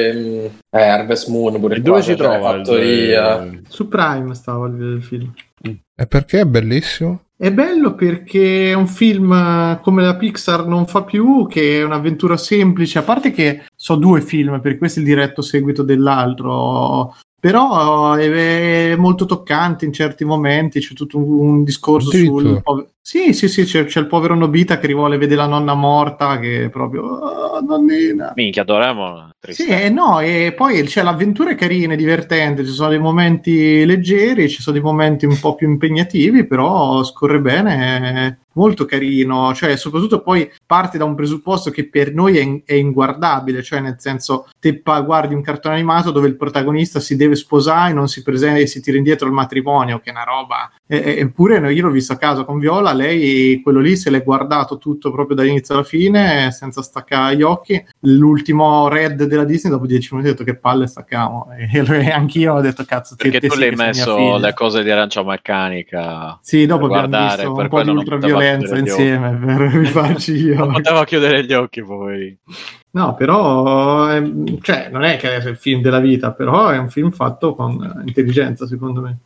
di Harvest Moon pure. E dove si trova? Fattoria. Su Prime stava il film. E perché è bellissimo? È bello perché è un film come la Pixar non fa più, che è un'avventura semplice, a parte che so 2 film, perché questo è il diretto seguito dell'altro, però è molto toccante in certi momenti, c'è tutto un discorso sul... Sì, c'è il povero Nobita che vede la nonna morta, che è proprio... nonnina. Minchia, Doraemon. Sì, e poi c'è l'avventura è carina, è divertente, ci sono dei momenti leggeri, ci sono dei momenti un po' più impegnativi, però scorre bene, è molto carino, cioè soprattutto poi parte da un presupposto che per noi è inguardabile, cioè nel senso te guardi un cartone animato dove il protagonista si deve sposare e non si presenta e si tira indietro il matrimonio, che è una roba, eppure io l'ho visto a casa con Viola, lei quello lì se l'è guardato tutto proprio dall'inizio alla fine senza staccare gli occhi. L'ultimo Red della Disney dopo 10 minuti ho detto che palle staccamo, e anch'io ho detto cazzo, perché tu l'hai messo le cose di Arancia Meccanica, sì, dopo abbiamo visto un po' di ultraviolenza insieme per rifarci io. Non poteva chiudere gli occhi poi. No, però cioè non è che è il film della vita, però è un film fatto con intelligenza, secondo me.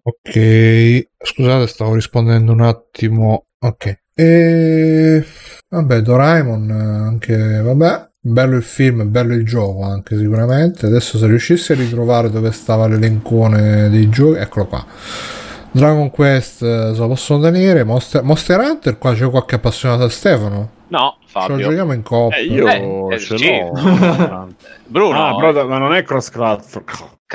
Ok, scusate, stavo rispondendo un attimo. Ok. Vabbè, Doraemon anche, vabbè. bello il film, bello il gioco anche sicuramente. Adesso se riuscissi a ritrovare dove stava l'elencone dei giochi, eccolo qua. Dragon Quest se lo possono tenere. Monster Hunter, qua c'è qualche appassionato a Stefano? No, Fabio. Ce lo giochiamo in coppia. Io ce l'ho. Bruno, ma non è cross-platform.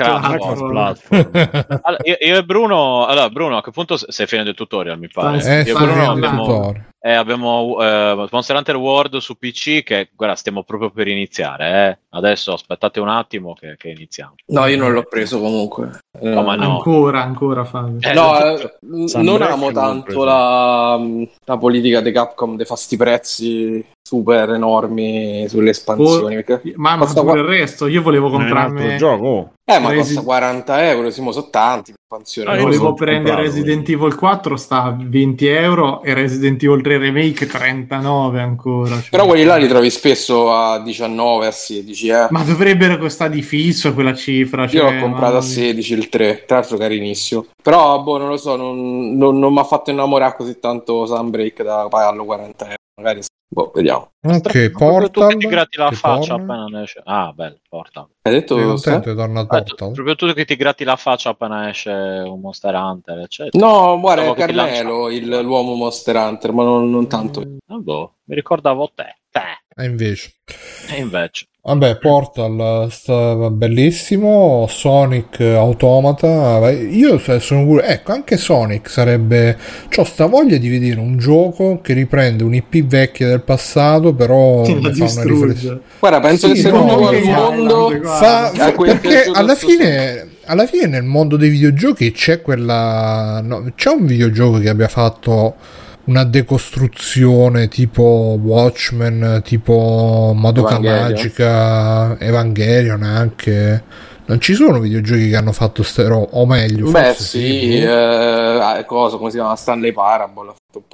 Allora, io e Bruno, Bruno, a che punto sei finito il tutorial, mi pare? Io e Bruno abbiamo Monster Hunter World su PC che, guarda, stiamo proprio per iniziare, adesso aspettate un attimo che iniziamo. No, io non l'ho preso comunque. No, ma no. Ancora Fabio. Non amo tanto la politica di Capcom dei fasti prezzi super enormi sulle espansioni. Ma pure il resto, io volevo comprarmi un gioco. Ma costa 40 euro, siamo sono tanti. Volevo prendere Resident Evil 4, sta a 20 euro, e Resident Evil 3 Remake 39 ancora. Cioè. Però quelli là li trovi spesso a 19, a 16. Ma dovrebbero costare di fisso quella cifra. Io l'ho comprato a 16 il 3, tra l'altro carinissimo. Però, non lo so, non mi ha fatto innamorare così tanto Sunbreak da pagarlo 40 euro. Magari vediamo. Ok, Portal. Tu ti grati la faccia appena esce. Ah, bello, Portal. Hai detto proprio tu che ti gratti la faccia appena esce un Monster Hunter, eccetera. No, guarda, è Carmelo l'uomo Monster Hunter, ma non tanto. Mi ricordavo te. E invece. Vabbè, Portal bellissimo. Sonic Automata. Io sono pure. Ecco, anche Sonic sarebbe. C'ho sta voglia di vedere un gioco che riprende un'IP vecchia del passato, però ne fa una riflessione. Guarda, penso che sia un mondo. Perché alla fine nel mondo dei videogiochi c'è quella. No, c'è un videogioco che abbia fatto una decostruzione tipo Watchmen, tipo Madoka Magica, Evangelion anche. Non ci sono videogiochi che hanno fatto o meglio. Beh, sì, come si chiama? Stanley Parable.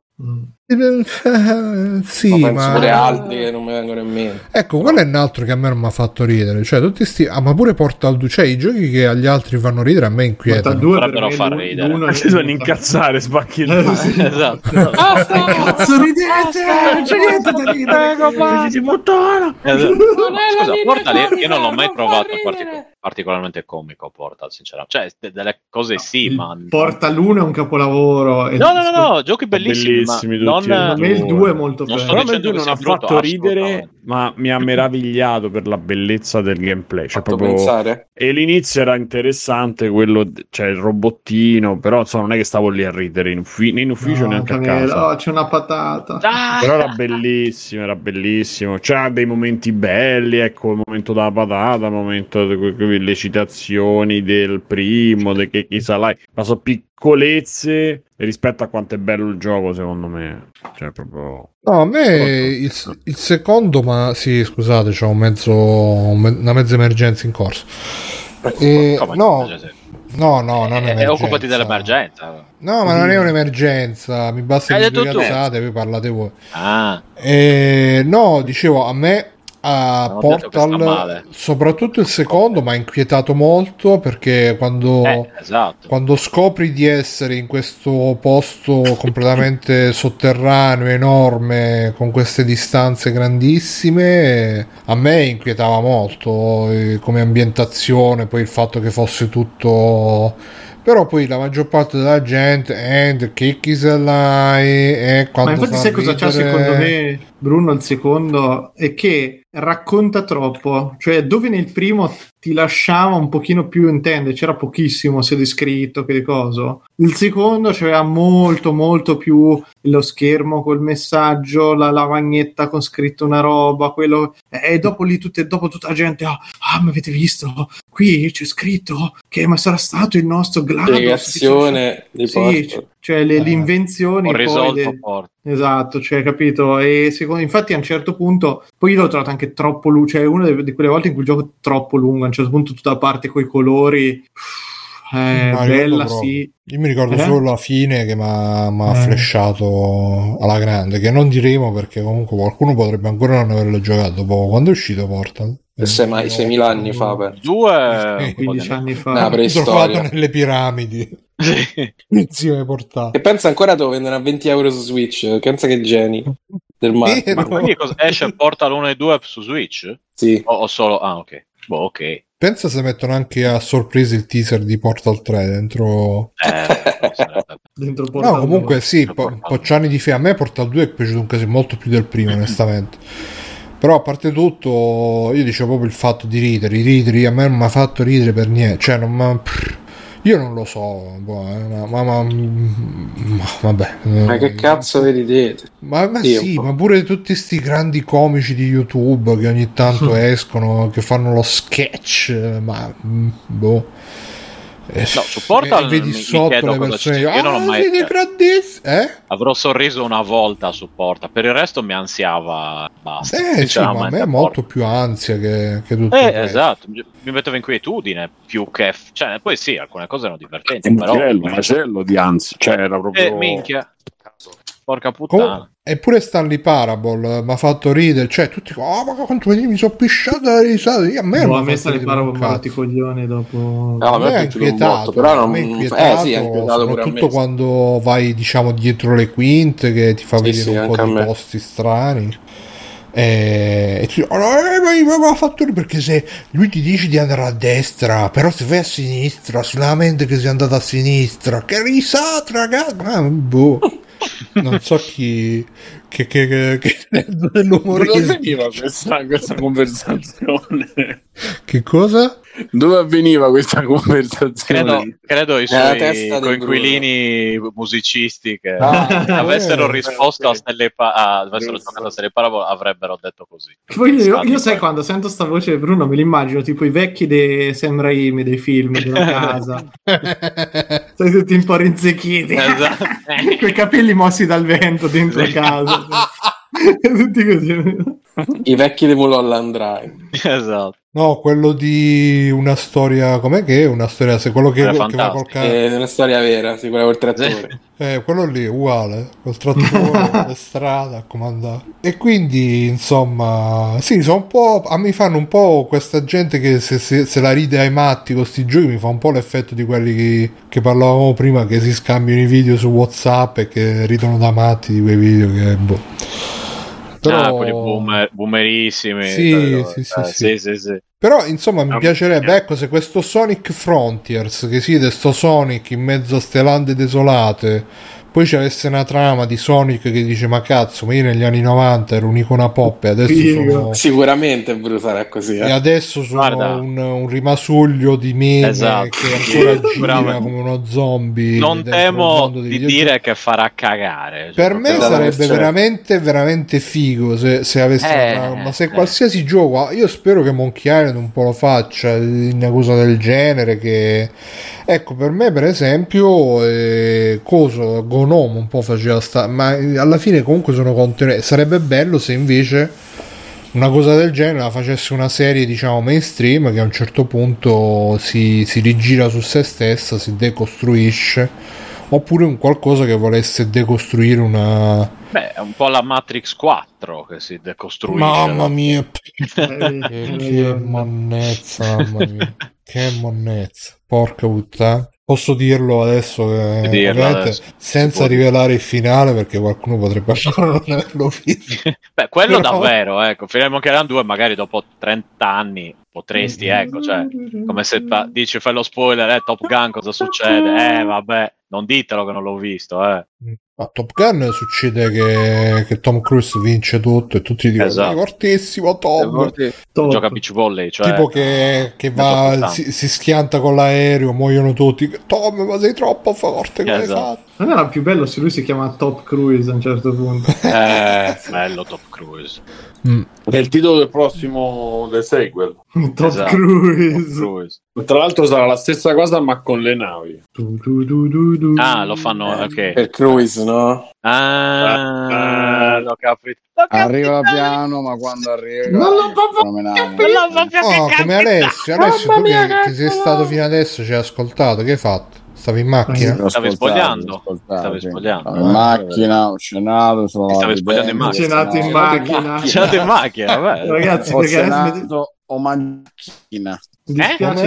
Sì, ma pure altri che non mi vengono in mente. Ecco, quello è un altro che a me non mi ha fatto ridere. Cioè, tutti ma pure Portal 2, cioè i giochi che agli altri fanno ridere a me inquietano. Dovrebbero far ridere. Non ci sono incazzare, spacchi il esatto. Cazzo ridete! C'è niente da ridere. Scusa, Portal io non l'ho mai provato particolarmente comico, Portal, sinceramente. Cioè, delle cose sì, ma Portal 1 è un capolavoro. No, giochi bellissimi. A me il 2 è molto bello. Però il 2 non ha fatto ridere, ma mi ha meravigliato per la bellezza del gameplay. Cioè, proprio pensare. E l'inizio era interessante, quello, cioè il robottino, però insomma non è che stavo lì a ridere in ufficio neanche a casa. No, c'è una patata. Però era bellissimo. C'ha dei momenti belli, ecco, il momento della patata, il momento le citazioni del primo, che chissà là, ma sono piccolezze rispetto a quanto è bello il gioco, secondo me. Cioè, proprio. No, a me il secondo, ma sì, scusate, c'ho una mezza emergenza in corso. No, non è emergenza. Occupati dell'emergenza. No, ma non è un'emergenza, mi basta che due cazzate, poi parlate voi. No, dicevo, a me Portal, soprattutto il secondo, mi ha inquietato molto, perché quando scopri di essere in questo posto completamente sotterraneo, enorme, con queste distanze grandissime, a me inquietava molto come ambientazione, poi il fatto che fosse tutto. Però poi la maggior parte della gente and kick is alive, ma infatti sai cosa c'ha secondo me, Bruno, il secondo è che racconta troppo, cioè dove nel primo ti lasciava un pochino più intendere, c'era pochissimo sia di scritto che di coso, il secondo c'era molto più lo schermo col messaggio, la lavagnetta con scritto una roba, quello, e dopo lì dopo tutta la gente ma avete visto? Qui c'è scritto che ma sarà stato il nostro spiegazione di cioè le invenzioni ho risolto esatto, cioè capito, e infatti a un certo punto poi io l'ho trovato anche troppo lungo, cioè una di quelle volte in cui il gioco è troppo lungo, a un certo punto tutta la parte coi colori bella, sì. Io mi ricordo solo la fine che mi ha flashato alla grande, che non diremo perché comunque qualcuno potrebbe ancora non averlo giocato dopo. Quando è uscito Portal? 6.000 anni fa, per 15 anni fa, una preistoria, trovato nelle piramidi insieme portato. E pensa ancora dove vendono a 20 euro su Switch, pensa che geni. del marzo. Ma quindi esce Portal 1 e 2 su Switch? Sì. O solo... Ah, ok. Boh, ok. Pensa se mettono anche a sorpresa il teaser di Portal 3 dentro... dentro Portal No, comunque 2. sì, Pocciani di a me Portal 2 è piaciuto un casino molto più del primo, onestamente. Però a parte tutto, io dicevo proprio il fatto di ridere, a me non mi ha fatto ridere per niente, cioè io non lo so, ma vabbè. Ma che cazzo vi ridete? Ma sì, ma pure tutti sti grandi comici di YouTube che ogni tanto escono, che fanno lo sketch, ma boh. No, su Portal vedi sotto le persone, io non ho mai avrò sorriso una volta su Portal, per il resto mi ansiava, basta. Sì, ma a me è molto più ansia che tutto esatto, mi metteva inquietudine più che cioè, poi sì, alcune cose erano divertenti, però un macello di ansia, cioè era proprio minchia. Porca puttana. Eppure Stanley Parable mi ha fatto ridere, cioè tutti ma quanto mi sono pisciato da risate. A me Stanley Parable morti coglioni dopo. No, mi è inquietato, però non mi è inquietato, sì, soprattutto quando vai, diciamo, dietro le quinte, che ti fa vedere un po' di posti strani. E tu ma ha fatto perché se lui ti dice di andare a destra, però se vai a sinistra, solamente che sei andato a sinistra, che risata, ragazzi, boh. Non so chi che dell'umorismo. Dove veniva questa conversazione? Che cosa? Dove avveniva questa conversazione? Credo i suoi coinquilini musicisti che avessero risposto a Stelle avessero giocato a Stelle Parable avrebbero detto così. Poi io sai, quando sento sta voce di Bruno me l'immagino tipo i vecchi dei Sam Raimi dei film della casa. Sei tutti un po' rinzecchiti. Esatto. Quei capelli mossi dal vento dentro casa. Tutti così. I vecchi di Mulholland Drive. Esatto. No, quello di una storia, com'è che è? Una storia, se quello che va col è una storia vera, sì, quella col trattore. Quello lì, uguale, col trattore, le strade a comandare. E quindi, insomma, sì, sono un po', a me fanno un po' questa gente che se la ride ai matti con sti giochi, mi fa un po' l'effetto di quelli che parlavamo prima, che si scambiano i video su WhatsApp e che ridono da matti di quei video che, boh. Però... quelli boomerissimi. Sì. Però insomma mi piacerebbe, ecco, se questo Sonic Frontiers, che siete sto Sonic in mezzo a ste lande desolate, poi c'avesse una trama di Sonic che dice ma cazzo, ma io negli anni 90 ero un'icona pop e adesso sono... Sicuramente Bruno sarà così. E adesso sono un rimasuglio di meme che ancora gira come uno zombie. Non temo di dire che farà cagare. Per me sarebbe veramente veramente figo se avesse ma se qualsiasi gioco, io spero che Monkey Island un po' lo faccia, una cosa del genere, che ecco, per me per esempio Gnome un po' faceva ma alla fine comunque sono contenuti. Sarebbe bello se invece una cosa del genere la facesse una serie, diciamo, mainstream, che a un certo punto si rigira su se stessa, si decostruisce, oppure un qualcosa che volesse decostruire una... Beh, è un po' la Matrix 4 che si decostruisce. Mamma mia, che monnezza, mamma mia, che monnezza, porca puttana. Posso dirlo adesso, ovviamente, senza rivelare il finale, perché qualcuno potrebbe ancora non averlo visto. Beh, quello però... davvero, ecco, finalmente che erano due, magari dopo 30 anni potresti, ecco, cioè, come se dici fai lo spoiler, Top Gun cosa succede? Vabbè, non ditelo che non l'ho visto, A Top Gun succede che Tom Cruise vince tutto e tutti dicono fortissimo Tom. Gioca a beach volley, cioè tipo che va si schianta con l'aereo, muoiono tutti. Tom, ma sei troppo forte, come hai fatto? Non era più bello se lui si chiama Top Cruise a un certo punto. Bello Top Cruise. È il titolo del prossimo del sequel. Top Cruise. Tra l'altro sarà la stessa cosa ma con le navi. Lo fanno per Cruise, no? L'ho capito. Arriva piano, ma quando arriva non l'ho proprio come Alessio tu che sei stato fino adesso, ci hai ascoltato, che hai fatto? Stavi in macchina? Stavi spogliando? In macchina, ho cenato, stavi spogliando in macchina? Cenato in macchina, vabbè. Ragazzi, ho cenato o macchina. Mi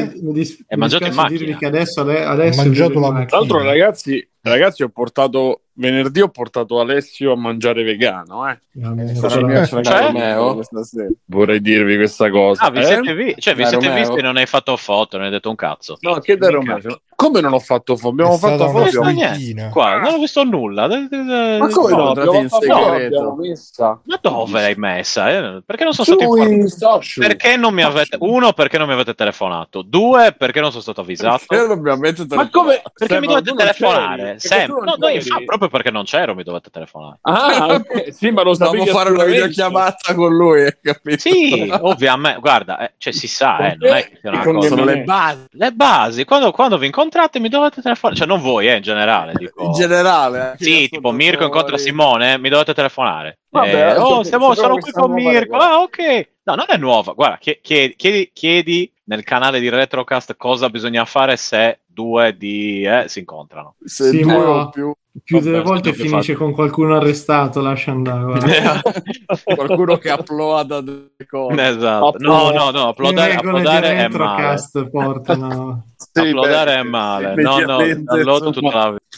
dispiace dirvi che adesso ho mangiato la Tra l'altro, ragazzi, ho portato venerdì ho portato Alessio a mangiare vegano, Romeo vorrei dirvi questa cosa. Vi siete visti e non hai fatto foto, non hai detto un cazzo. No, che da Romeo? Come non ho fatto foto? Abbiamo fatto foto. Qua non ho visto nulla. Ma come no? In segreto. Ma dove l'hai messa? Perché non sono stato informato? Perché non mi avete... Uno, perché non mi avete telefonato. Due, perché non sono stato avvisato. Ma come? Perché mi dovete telefonare? Proprio perché non c'ero mi dovete telefonare. Okay. Sì, ma lo sapevo fare una videochiamata con lui, capito? Sì, ovviamente. Guarda, si sa, non è che sia una cosa. Sono le basi. Le basi. Quando vi incontrate mi dovete telefonare. Cioè, non voi, in generale. Dico. In generale. Sì, tipo Mirko incontra Simone, mi dovete telefonare. Vabbè, sono qui con Mirko. Ok. No, non è nuova. Guarda, chiedi nel canale di Retrocast cosa bisogna fare se due si incontrano. Se due o più delle volte finisce con qualcuno arrestato, lascia andare. Qualcuno che uploada delle cose. Esatto. No, uploadare è male. Portano. Uploadare è male. No, download tutta la vita.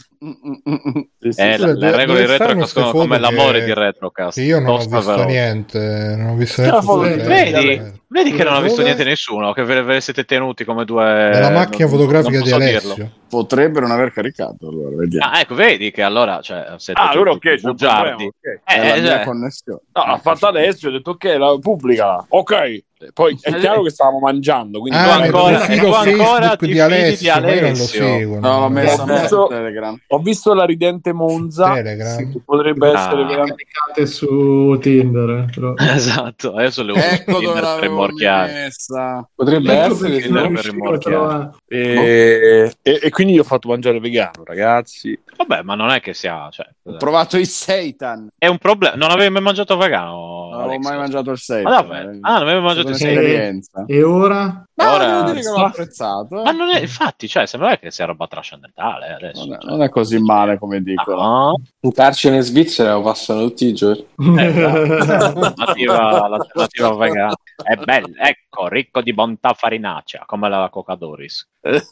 Le regole di Retrocast sono come l'amore di Retrocast. Io non ho visto niente. Non ho visto niente. Vedi che non ha visto niente nessuno, che ve siete tenuti come due... La macchina fotografica di Alessio. Dirlo. Potrebbe non aver caricato, allora vediamo. Ecco, vedi che allora siete allora ok, bugiardi. È la mia connessione. No, l'ha fatto Alessio, ho detto ok, la pubblica. Ok. Poi è chiaro che stavamo mangiando, quindi ancora ti di Alessio. Ma io non lo seguo. No, l'ho messa su Telegram. Ho visto la ridente Monza. Telegram. Potrebbe essere veramente su Tinder. Però. Esatto, adesso le uso ecco dove l'avevo messa. Potrebbe essere per rimorchiare. E quindi io ho fatto mangiare vegano, ragazzi. Vabbè, ma non è che sia... Ho provato il seitan. È un problema. Non avevi mai mangiato vegano? Non avevo mai mangiato il seitan. Ma vabbè. Non avevo mangiato il seitan. E ora? Devo dire che l'ho apprezzato. Ma non è, infatti, sembra che sia roba trascendentale adesso. Non è così male come dicono. No. Un carcere in Svizzera lo passano tutti i giorni. L'alternativa vegana. È bello, ecco, ricco di bontà farinacea, come la Coca Doris.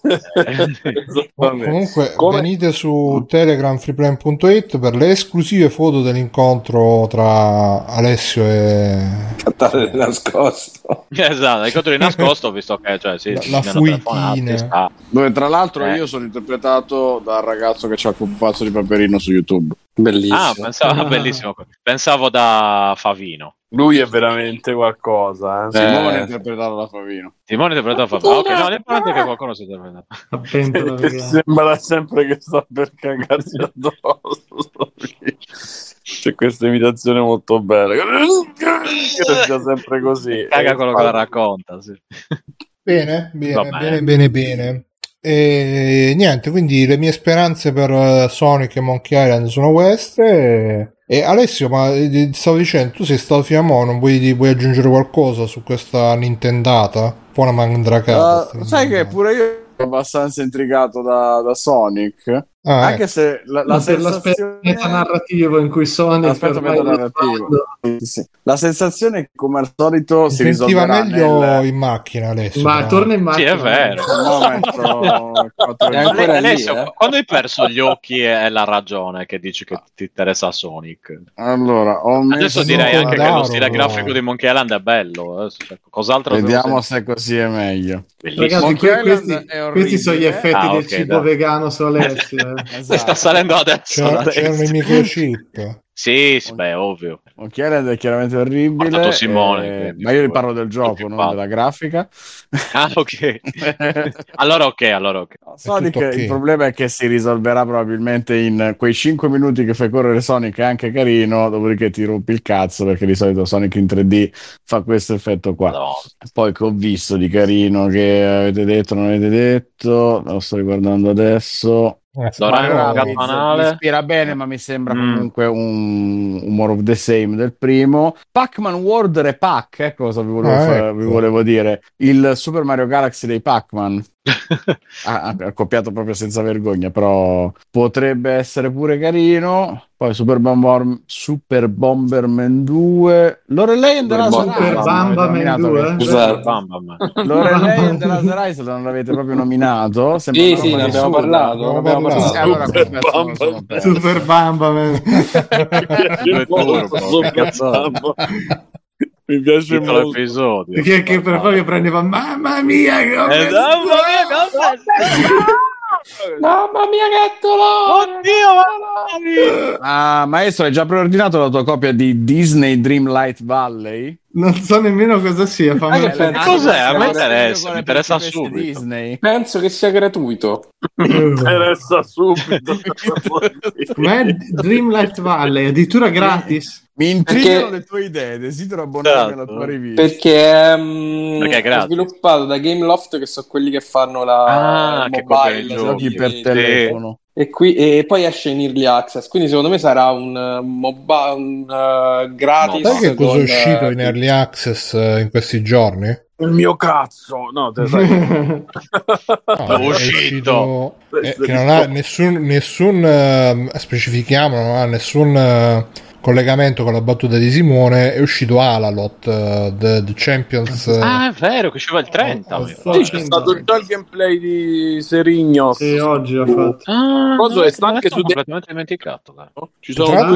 Comunque venite su Telegram freeplane.it per le esclusive foto dell'incontro tra Alessio e Cattare nascosto. Esatto, l'incontro di nascosto ho visto che la fuitina, dove tra l'altro io sono interpretato dal ragazzo che c'ha il pupazzo di Paperino su YouTube. Bellissimo. Bellissimo. Pensavo da Favino. Lui è veramente qualcosa. Simone ha interpretato da Favino. Simone ha interpretato da Favino. Ok, no, l'importante è che qualcuno si è interpretato. Sembra sempre che sta per cagarsi addosso. C'è questa imitazione molto bella. Che sia sempre così. Caga quello che la racconta. Sì. Bene. E niente, quindi le mie speranze per Sonic e Monkey Island sono queste. E Alessio, ma stavo dicendo, tu sei stato fino a mo', non vuoi aggiungere qualcosa su questa Nintendata? Un po' una mandracata. Sai che pure io sono abbastanza intrigato da Sonic. Anche se la sensazione narrativo in cui Sonic sì. La sensazione è che come al solito si risolverà meglio in macchina Alessio, ma torna in macchina. Sì, è vero. Alessio, quando hai perso gli occhi è la ragione che dici che ti interessa Sonic. Allora adesso direi anche che lo stile grafico di Monkey Island è bello. Cos'altro vediamo se così è meglio. Ragazzi, questi sono gli effetti del cibo vegano su Alessio. Esatto. Sta salendo adesso. C'erano i microchip. Sì, beh, ovvio. Monkey Island è chiaramente orribile. Simone, ma io parlo del gioco, non della grafica. Ok. Allora ok. Sonic, il problema è che si risolverà probabilmente in quei 5 minuti che fai correre Sonic, è anche carino, dopodiché ti rompi il cazzo perché di solito Sonic in 3D fa questo effetto qua. No. Poi che ho visto di carino, che avete detto, non avete detto, lo sto riguardando adesso. Mi ispira bene, ma mi sembra comunque un more of the same del primo. Pac-Man World Repack, cosa vi volevo dire, il Super Mario Galaxy dei Pac-Man. accoppiato proprio senza vergogna, però potrebbe essere pure carino. Poi Super Bomberman 2, Lorelei and the Bomberman 2. Lorelei and the Laser Eyes non l'avete proprio nominato? Sì, ne abbiamo parlato. Super Bomberman. Mi piace molto l'episodio che proprio prendeva mamma mia che mamma mia che dolore, oddio. Maestro, hai già preordinato la tua copia di Disney Dreamlight Valley? Non so nemmeno cosa sia. Cos'è? A me interessa subito. Disney. Penso che sia gratuito. Interessa subito. Ma è Dreamlight Valley, addirittura gratis. Mi intrigano le tue idee, desidero abbonarmi alla tua rivista. Perché è sviluppato da Gameloft, che sono quelli che fanno che mobile, giochi per telefono. E poi esce in Early Access, quindi secondo me sarà un gratis. Sai che cosa è uscito in Early Access in questi giorni? Il mio cazzo, no, te sai. È uscito che non ha nessun specifichiamo, non ha nessun collegamento con la battuta di Simone. È uscito Alalot, The Champions. È vero che usciva il 30. Sì, c'è stato già il gameplay di Serigno. Sì, oggi l'ha fatto. Cosa è stato anche su completamente dimenticato. Ci sono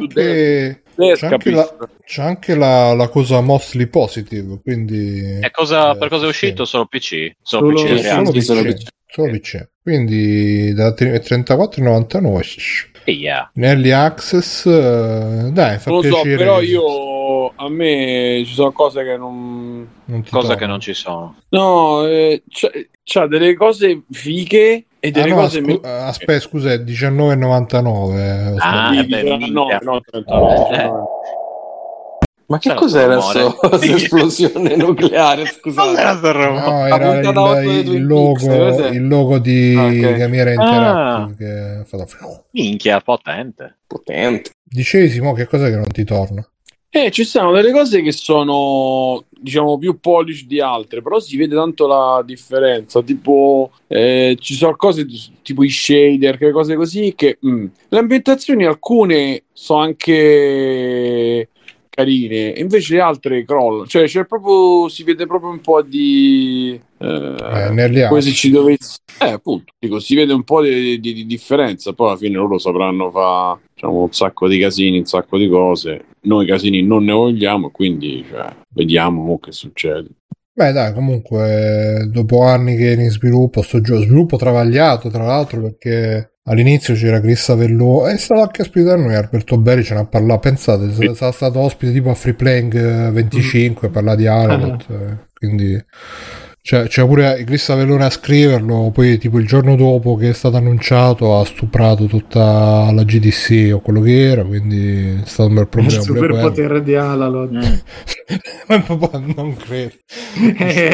c'è anche la cosa mostly positive, quindi per cosa è uscito? Solo PC? Solo PC. Quindi da 34,99 in early access, dai, fa piacere. Però a me ci sono cose che non ci sono. No, c'ha delle cose fighe e delle cose aspetta, scusa, è 19,99. No, 39. Ma che cos'era questa esplosione nucleare? Scusate, era il logo di Gamera Interactive che fa minchia, potente. Dicevi, Simo, che cosa che non ti torna? Ci sono delle cose che sono, diciamo, più polish di altre, però si vede tanto la differenza. Tipo, ci sono cose tipo i shader, che cose così che le ambientazioni alcune sono anche carine, invece le altre crollano. Cioè si vede proprio un po' di come se ci dovessi appunto, dico, si vede un po' di differenza. Poi alla fine loro sapranno fare, diciamo, un sacco di casini, un sacco di cose. Noi casini non ne vogliamo, quindi vediamo che succede. Beh, dai, comunque dopo anni che in sviluppo, sviluppo travagliato tra l'altro, perché all'inizio c'era Chris Avellone, è stato anche ospite da noi Alberto Berri, ce ne ha parlato, pensate, sarà stato ospite tipo a Free Playing 25, parla di Alalot, quindi c'è pure Chris Avellone a scriverlo. Poi tipo il giorno dopo che è stato annunciato ha stuprato tutta la GDC o quello che era, quindi è stato un bel problema. Il superpotere di Alalot. Non credo. È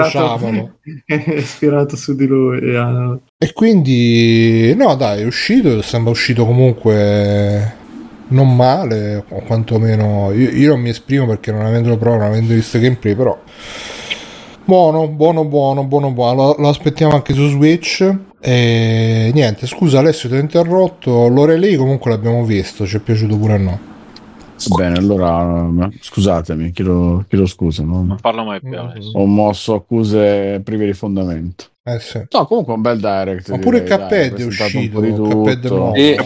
ispirato su di lui Alalot. E quindi no, dai, è uscito, sembra uscito comunque non male, o quantomeno io non mi esprimo perché non avendolo provato, non avendo visto gameplay, però buono, lo aspettiamo anche su Switch. E niente, scusa Alessio, ti ho interrotto. Lorelei comunque l'abbiamo visto, ci è piaciuto pure a noi. Bene, allora scusatemi, chiedo scusa, non parlo mai più. Ho mosso accuse prive di fondamento. Sì. No, comunque un bel direct. Oppure Cuphead è uscito, Cuphead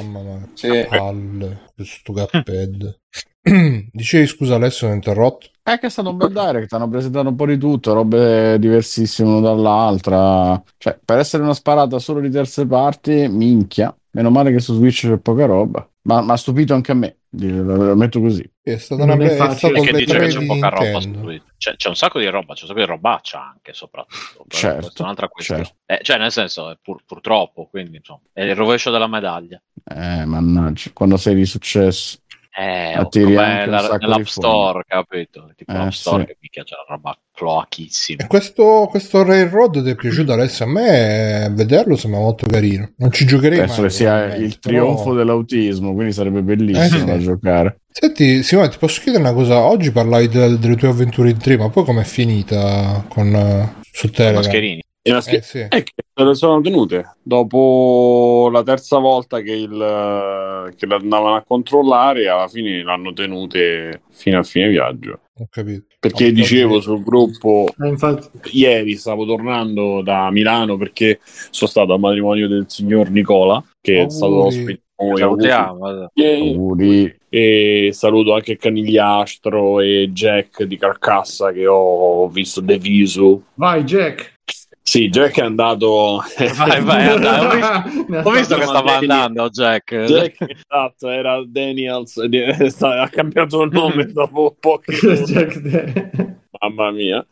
questo Cuphead. Dicevi, scusa Alessio, ho interrotto. Che è stato un bel direct, hanno presentato un po' di tutto, robe diversissime una dall'altra. Cioè, per essere una sparata solo di terze parti, minchia. Meno male che su Switch c'è poca roba. Ma ha stupito anche a me, lo metto così. È stato una bella, perché dice che c'è poca roba su Switch. C'è un sacco di roba, c'è un sacco di robaccia anche, soprattutto. Certo, è un'altra questione. Certo. Cioè, nel senso, purtroppo, quindi insomma, è il rovescio della medaglia. Mannaggia, quando sei di successo. Come nell'App Store, capito? Tipo l'App Store che mica c'è la roba cloachissima. E questo Railroad ti è piaciuto Alessio? A me vederlo sembra molto carino. Non ci giocherei penso mai. Penso che sia il trionfo dell'autismo, quindi sarebbe bellissimo da giocare. Senti Simone, ti posso chiedere una cosa? Oggi parlavi delle tue avventure in 3, ma poi com'è finita su Telegram? Mascherini. Sì. Che sono tenute dopo la terza volta che le andavano a controllare, alla fine l'hanno tenute fino a fine viaggio. Ho capito. Perché dicevo sul gruppo infatti. Ieri stavo tornando da Milano perché sono stato al matrimonio del signor Nicola, che è stato ospite. Auguri. E saluto anche Canigliastro e Jack di Carcassa, che ho visto De Visu. Vai Jack. Sì, Jack è andato. Vai, ho visto che stava andando Jack. Esatto, era Daniels, ha cambiato il nome dopo pochi giorni. Mamma mia.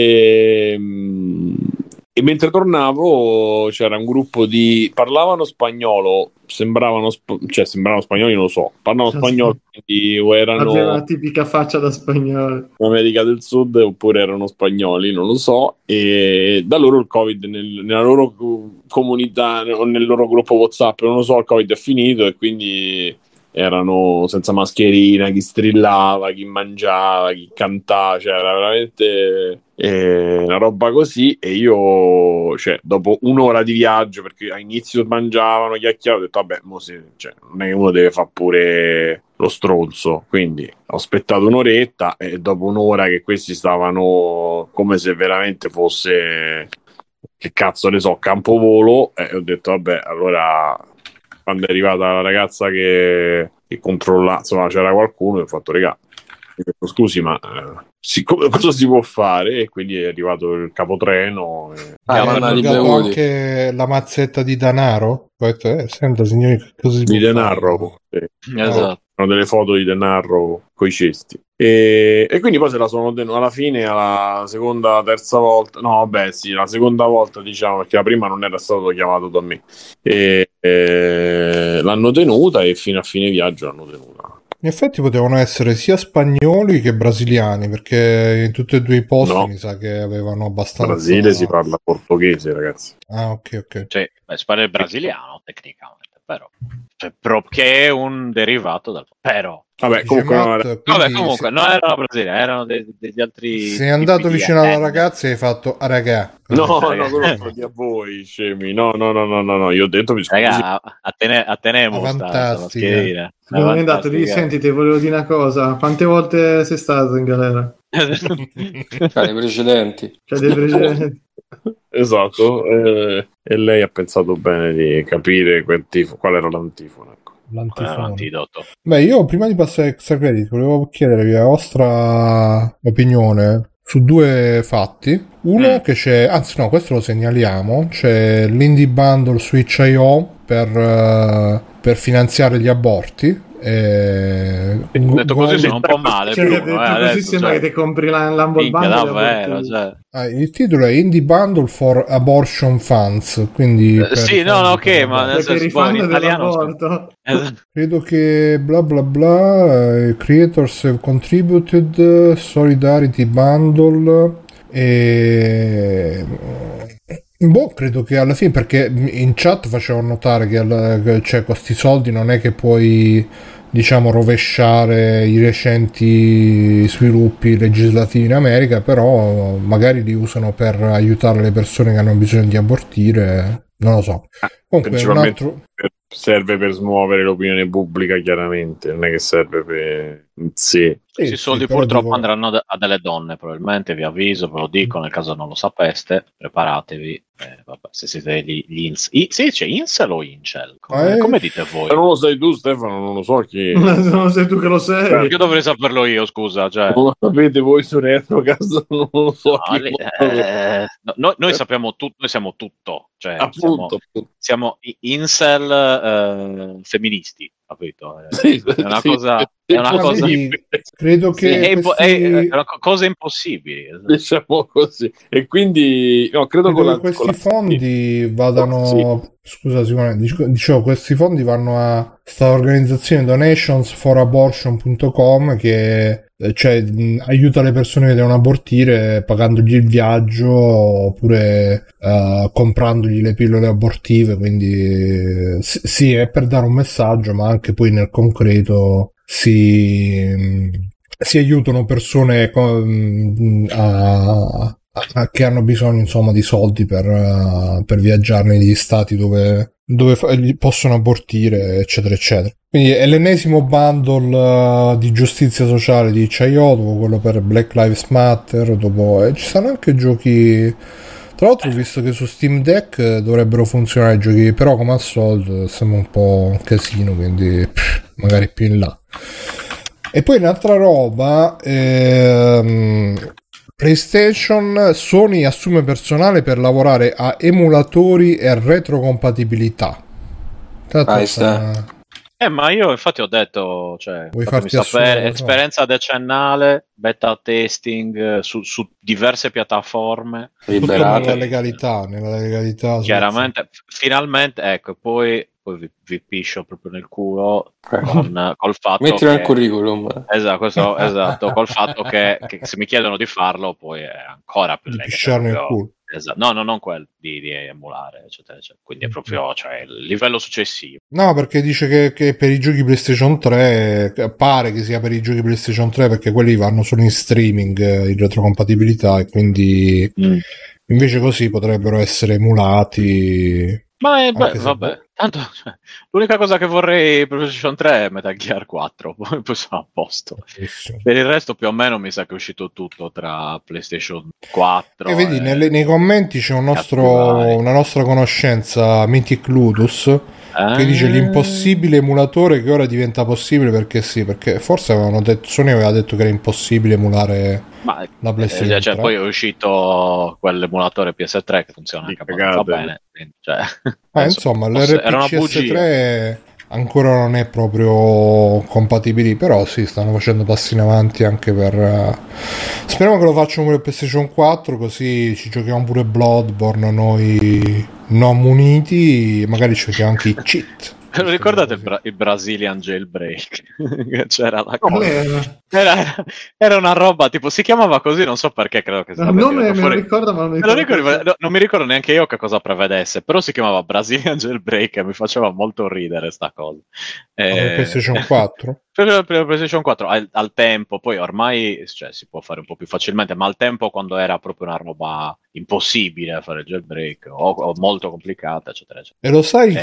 E mentre tornavo c'era un gruppo parlavano spagnolo, sembravano spagnoli, non lo so, parlavano spagnolo, quindi o erano la tipica faccia da spagnolo, America del Sud, oppure erano spagnoli, non lo so, e da loro il Covid nella loro comunità o nel loro gruppo WhatsApp, non lo so, il Covid è finito e quindi erano senza mascherina, chi strillava, chi mangiava, chi cantava, cioè era veramente una roba così. E io, cioè, dopo un'ora di viaggio, perché all'inizio mangiavano, chiacchieravano, ho detto vabbè, non è che uno deve fare pure lo stronzo, quindi ho aspettato un'oretta e dopo un'ora che questi stavano come se veramente fosse, che cazzo ne so, Campovolo, ho detto vabbè, allora quando è arrivata la ragazza che controlla, insomma c'era qualcuno, e ho fatto regà, scusi, ma cosa si può fare? E quindi è arrivato il capotreno dato anche la mazzetta di denaro. Ho detto, senta signori, così di denaro, esatto. Sono delle foto di denaro coi cesti e quindi poi se la sono alla fine, alla seconda, terza volta, no vabbè sì, la seconda volta diciamo, perché la prima non era stato chiamato da me, l'hanno tenuta e fino a fine viaggio l'hanno tenuta. In effetti potevano essere sia spagnoli che brasiliani, perché in tutti e due i posti mi sa che avevano abbastanza. In Brasile si parla portoghese, ragazzi. Ah, ok. Cioè, si parla il brasiliano tecnicamente, però che è un derivato dal però. Vabbè, comunque non erano brasiliani, erano degli altri. Sei andato vicino alla ragazza e hai fatto raga. No, quello di a voi, scemi. No, io ho detto raga, a tenemo sta mascherina. Non è andato lì, senti, ti volevo dire una cosa. Quante volte sei stato in galera? Dei precedenti. Esatto, e lei ha pensato bene di capire qual era l'antifono. L'antidoto. Beh, io prima di passare a Extra Credit volevo chiedervi la vostra opinione su due fatti. Uno che c'è, anzi no, questo lo segnaliamo, c'è l'Indie Bundle su itch.io per finanziare gli aborti. Detto così sono un po' male, così sembra che ti compri l'Humble Bundle. Il titolo è Indie Bundle for Abortion Funds, quindi ok, ma nel senso in italiano credo che bla bla bla, creators have contributed, Solidarity Bundle e credo che alla fine, perché in chat facevano notare che cioè, questi soldi non è che puoi, diciamo, rovesciare i recenti sviluppi legislativi in America, però magari li usano per aiutare le persone che hanno bisogno di abortire, non lo so. Comunque un altro serve per smuovere l'opinione pubblica, chiaramente, non è che serve per sé. Questi soldi purtroppo andranno a delle donne, probabilmente, vi avviso, ve lo dico, nel caso non lo sapeste, preparatevi. Vabbè, se siete gli incel. Si dice incel o incel? Come dite voi? Non lo sai tu, Stefano, non lo so chi. Non sei tu che lo sai. Perché dovrei saperlo io, scusa. Cioè. Non lo sapete voi su Retrocast, non lo so chi. Noi sappiamo tutto, noi siamo tutto. Cioè, appunto. Siamo incel femministi, capito? È una cosa. È una cosa. Credo che è cose impossibili, diciamo così. E quindi credo che questi fondi vadano. Scusa Simone, dicevo, questi fondi vanno a sta organizzazione donationsforabortion.com che aiuta le persone che devono abortire pagandogli il viaggio oppure comprandogli le pillole abortive, quindi sì, è per dare un messaggio, ma anche poi nel concreto si aiutano persone che hanno bisogno insomma di soldi per viaggiare negli stati dove possono abortire, eccetera eccetera. Quindi è l'ennesimo bundle di giustizia sociale di itch.io, dopo quello per Black Lives Matter, dopo ci stanno anche giochi. Tra l'altro ho visto che su Steam Deck dovrebbero funzionare i giochi, però come al solito sembra un po' un casino, quindi magari più in là. E poi un'altra roba, PlayStation, Sony assume personale per lavorare a emulatori e retrocompatibilità. Ma io infatti ho detto, cioè, vuoi farti sapere, esperienza decennale, beta testing su diverse piattaforme, nella legalità chiaramente, finalmente, ecco, poi vi piscio proprio nel culo col fatto mettilo nel curriculum, esatto, col fatto che se mi chiedono di farlo poi è ancora più di pisciarmi nel culo. Esatto. No, non quello di emulare, eccetera, eccetera. Quindi è proprio, cioè, il livello successivo. No, perché dice che per i giochi PlayStation 3 pare che sia per i giochi PlayStation 3, perché quelli vanno solo in streaming in retrocompatibilità, e quindi invece così potrebbero essere emulati. Ma vabbè, tanto cioè, l'unica cosa che vorrei per PlayStation 3 è Metal Gear 4, poi sono a posto. Per il resto più o meno mi sa che è uscito tutto tra PlayStation 4 e vedi, nei commenti c'è una nostra conoscenza, Mythic Ludus, che dice l'impossibile emulatore che ora diventa possibile perché forse Sony aveva detto che era impossibile emulare la PlayStation 3. Poi è uscito quell'emulatore PS3 che funziona anche va bene, cioè, insomma l'RPCS 3 ancora non è proprio compatibile, però sì, stanno facendo passi in avanti anche per speriamo che lo facciano con il PlayStation 4, così ci giochiamo pure Bloodborne noi non muniti, magari ci giochiamo anche i cheat. Lo ricordate il Brazilian Jailbreak? C'era la cosa. Era una roba tipo, si chiamava così, non so perché, credo che non me lo ricordo, ma non mi ricordo neanche io che cosa prevedesse, però si chiamava Brazilian Jailbreak e mi faceva molto ridere sta cosa. Per PlayStation 4? Per PlayStation 4 al tempo, poi ormai si può fare un po' più facilmente, ma al tempo quando era proprio una roba impossibile fare il jailbreak o molto complicata, eccetera, eccetera. E lo sai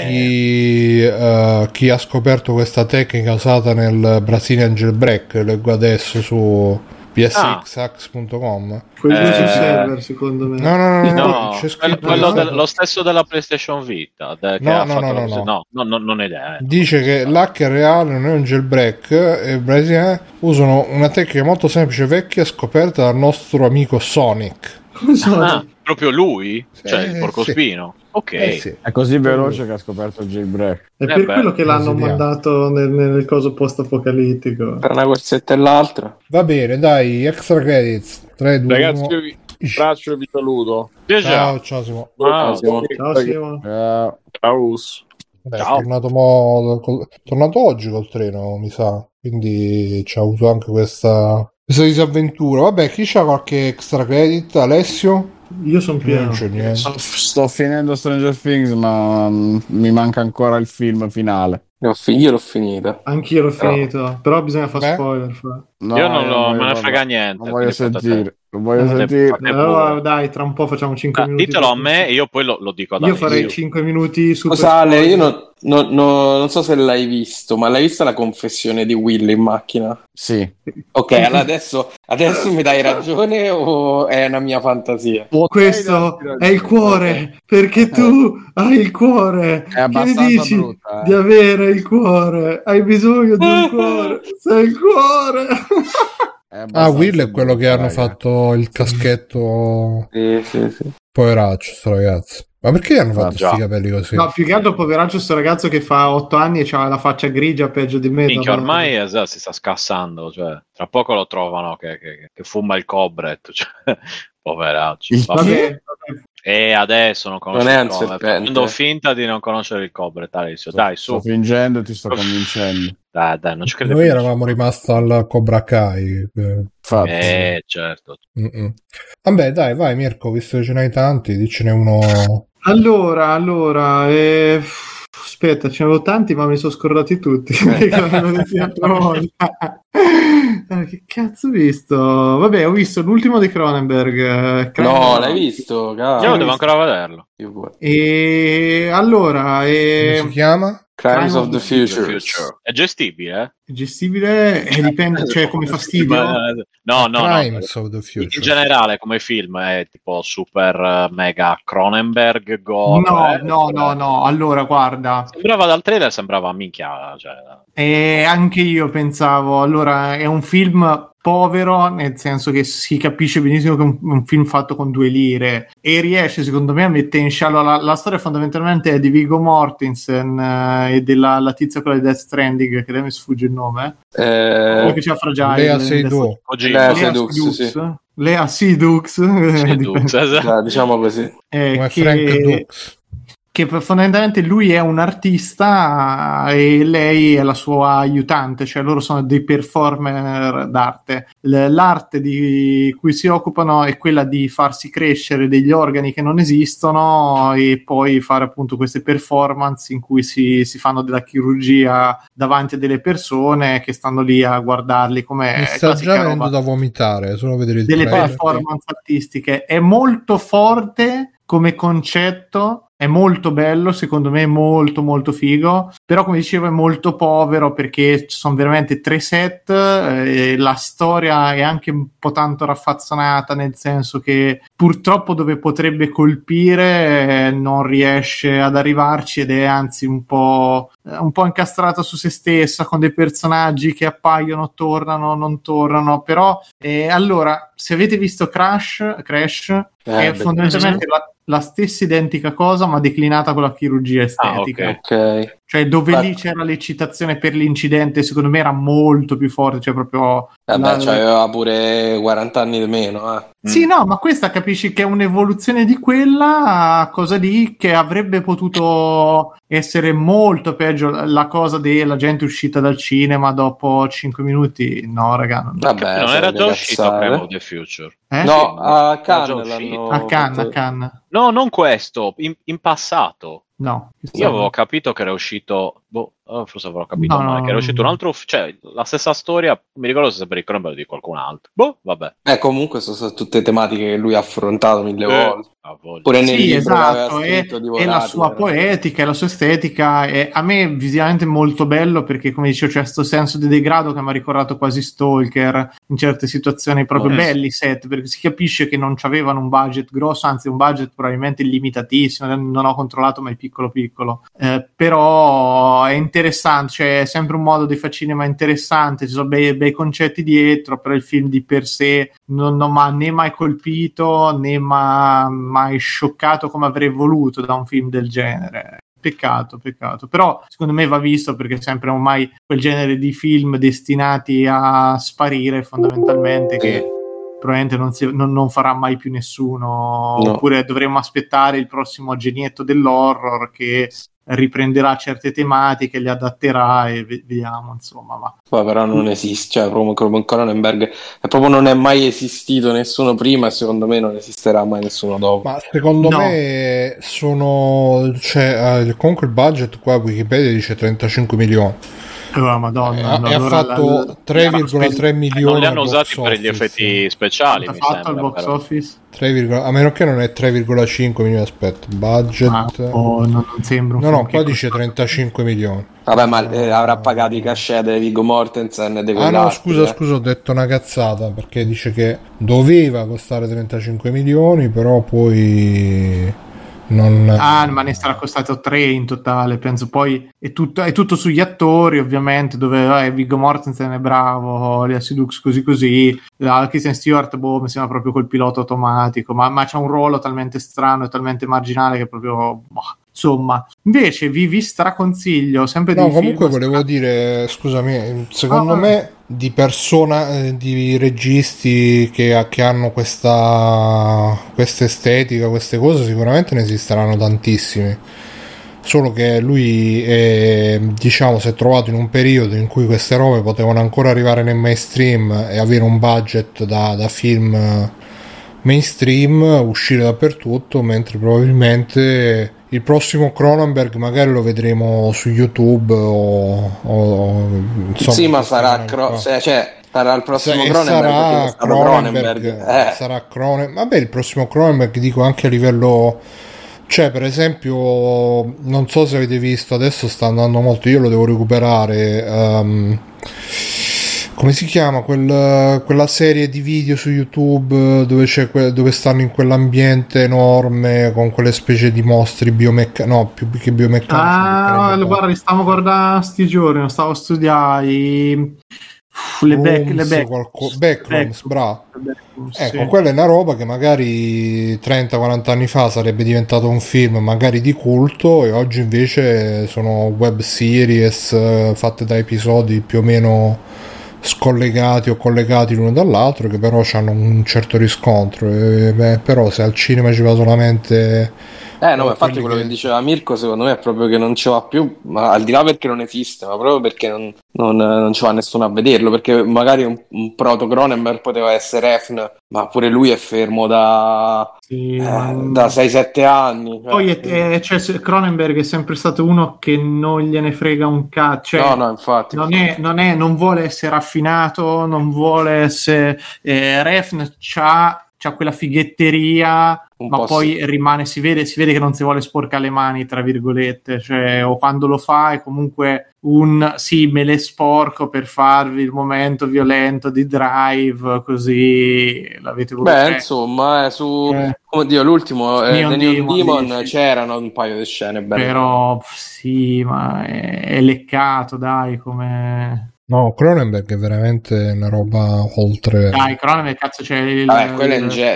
chi ha scoperto questa tecnica usata nel Brazilian Jailbreak? Leggo adesso su psxax.com. Quello sul server, secondo me. No, c'è scritto lo stesso della PlayStation Vita. No, non è idea. Dice che l'hacker reale non è un jailbreak, e Brazilian usano una tecnica molto semplice, vecchia, scoperta dal nostro amico Sonic. Proprio lui? Cioè il porcospino? Ok. Sì. È così veloce che ha scoperto il jailbreak. È per quello che l'hanno mandato nel coso post-apocalittico. Tra una corsetta e l'altra. Va bene, dai, extra credits. 3, 2, ragazzi, io vi abbraccio e vi saluto. Ciao Simo. Ciao Simo. Ciao. È tornato oggi col treno, mi sa. Quindi ci ha avuto anche questa disavventura. Vabbè, chi c'ha qualche extra credit? Alessio? Io sono pieno. Sto finendo Stranger Things, ma mi manca ancora il film finale. Io l'ho finito. Anch'io l'ho finito, però bisogna fare spoiler. No, io non me ne frega niente. Non voglio sentire. Allora, dai, tra un po' facciamo 5 minuti. Ditelo a me e io poi lo dico ad Io farei 5 minuti su. Ale, io non so se l'hai visto, ma l'hai vista la confessione di Will in macchina? Sì. Ok, allora adesso mi dai ragione o è una mia fantasia? Questo è il cuore, perché tu hai il cuore. È abbastanza che mi dici brutta, di avere il cuore? Hai bisogno di un cuore. Sei il cuore. Will è quello che hanno fatto il caschetto. Sì. Poveraccio sto ragazzo. Ma perché hanno fatto questi capelli così? No, più che altro poveraccio sto ragazzo che fa 8 anni e ha la faccia grigia peggio di me. Minchia, ormai si sta scassando, cioè tra poco lo trovano che fuma il cobret, cioè, poveraccio. Vabbè. E adesso non conosce il cobret. Facendo finta di non conoscere il cobret, Alessio. Dai, su. Sto fingendo, ti sto convincendo. Dai, non ci credo. Noi eravamo rimasti al Cobra Kai. Certo. Vabbè, dai, vai Mirko, visto che ce n'hai tanti, dicene uno. Allora, aspetta, ce ne avevo tanti, ma mi sono scordati tutti. Che cazzo ho visto? Vabbè, ho visto l'ultimo di Cronenberg. No, l'hai visto? Io devo ancora vederlo. E allora come si chiama? Crimes of the Future. È gestibile? È gestibile? Dipende, cioè come fastidio? No. Crimes of the Future. In generale, come film è tipo super mega Cronenberg gore. No. Allora, guarda. Sembrava dal trailer, sembrava minchia. E anche io pensavo, allora, è un film povero, nel senso che si capisce benissimo che è un film fatto con 2 lire e riesce secondo me a mettere in sciallo la storia fondamentalmente è di Viggo Mortensen e della tizia quella di Death Stranding, che adesso mi sfugge il nome, quello che c'è a Fragile, Lea Seydoux, diciamo così, come Frank Dux, che fondamentalmente lui è un artista e lei è la sua aiutante, cioè loro sono dei performer d'arte. L'arte di cui si occupano è quella di farsi crescere degli organi che non esistono e poi fare appunto queste performance in cui si fanno della chirurgia davanti a delle persone che stanno lì a guardarli, come mi sta già venendo da vomitare solo vedere il delle trailer. Performance artistiche. È molto forte come concetto, è molto bello, secondo me è molto molto figo, però come dicevo è molto povero perché ci sono veramente 3 set, la storia è anche un po' tanto raffazzonata, nel senso che purtroppo dove potrebbe colpire non riesce ad arrivarci ed è anzi un po' incastrata su se stessa, con dei personaggi che appaiono, tornano, non tornano. Però allora, se avete visto Crash è fondamentalmente la stessa identica cosa ma declinata con la chirurgia estetica. Okay. Cioè dove lì c'era l'eccitazione per l'incidente, secondo me era molto più forte, cioè proprio aveva pure 40 anni di meno. Sì, no, ma questa capisci che è un'evoluzione di quella cosa lì, che avrebbe potuto essere molto peggio. La cosa della gente uscita dal cinema dopo 5 minuti, no raga, non era già uscito Crime of the Future. No, a Cannes. No, non questo, in passato. No, io avevo capito che era uscito, forse avevo capito male, che era uscito un altro, cioè la stessa storia, mi ricordo se per il Cronenberg di qualcun altro. Vabbè. Comunque sono tutte tematiche che lui ha affrontato 1000 volte. Pure nel libro esatto, è la sua poetica, è la sua estetica, e a me visivamente molto bello perché, come dicevo, c'è questo senso di degrado che mi ha ricordato quasi Stalker in certe situazioni, proprio belli set, perché si capisce che non c'avevano un budget grosso, anzi un budget probabilmente limitatissimo, non ho controllato, ma è piccolo, però è interessante, cioè è sempre un modo di fare cinema interessante, ci sono bei concetti dietro, però il film di per sé non mi ha né mai colpito né mai scioccato come avrei voluto da un film del genere. Peccato, però secondo me va visto perché è sempre ormai quel genere di film destinati a sparire fondamentalmente, che probabilmente non farà mai più nessuno, oppure dovremmo aspettare il prossimo genietto dell'horror che riprenderà certe tematiche, le adatterà e vediamo, insomma. Ma però non esiste, cioè proprio come Cronenberg proprio non è mai esistito nessuno prima e secondo me non esisterà mai nessuno dopo. Ma secondo me comunque il budget qua Wikipedia dice 35 milioni. Madonna, e ha fatto 3,3 milioni. Non li hanno usati per gli effetti speciali. Ha fatto il box office? A meno che non è 3,5 milioni. Aspetta, budget. Non sembra. No, qua dice 35 milioni. Vabbè, ma avrà pagato i cachet di Viggo Mortensen e dei scusa, ho detto una cazzata perché dice che doveva costare 35 milioni, però poi. Ma ne sarà costato 3 in totale, penso. Poi è tutto sugli attori, ovviamente, dove Viggo Mortensen è bravo, Lea Seydoux così, Kristen Stewart mi sembra proprio col pilota automatico, ma c'ha un ruolo talmente strano e talmente marginale che proprio insomma. Invece vi straconsiglio sempre di comunque volevo dire, scusami, secondo me di registi che hanno questa estetica, queste cose, sicuramente ne esisteranno tantissimi, solo che lui si è trovato in un periodo in cui queste robe potevano ancora arrivare nel mainstream e avere un budget da film mainstream, uscire dappertutto, mentre probabilmente il prossimo Cronenberg magari lo vedremo su YouTube o insomma, sì, ma sarà Sarà il prossimo Cronenberg. Sarà Cronenberg. Vabbè, il prossimo Cronenberg, dico anche a livello, cioè per esempio, non so se avete visto, adesso sta andando molto, io lo devo recuperare, come si chiama quella serie di video su YouTube dove dove stanno in quell'ambiente enorme con quelle specie di mostri più che biomeccanici. Guarda, li stavo guardando sti giorni, stavo a studiare le Backrooms, bravo. Ecco, quella è una roba che magari 30-40 anni fa sarebbe diventato un film magari di culto, e oggi invece sono web series fatte da episodi più o meno scollegati o collegati l'uno dall'altro, che però hanno un certo riscontro, però se al cinema ci va solamente no, ma infatti quello che diceva Mirko secondo me è proprio che non ci va più, ma al di là perché non esiste, ma proprio perché non ci va nessuno a vederlo, perché magari un proto Cronenberg poteva essere Refn, ma pure lui è fermo da 6-7 anni. Poi Cronenberg è sempre stato uno che non gliene frega un cazzo, cioè, no, infatti non vuole essere raffinato, non vuole essere Refn c'ha quella fighetteria, ma poi rimane, si vede che non si vuole sporcare le mani, tra virgolette, cioè, o quando lo fa è comunque me le sporco per farvi il momento violento di Drive, così l'avete voluto. Insomma, come Dio, l'ultimo Neon Demon c'erano un paio di scene belle. Però sì, ma è leccato, dai, come... No, Cronenberg è veramente una roba oltre. Dai, Cronenberg, cazzo, c'è quello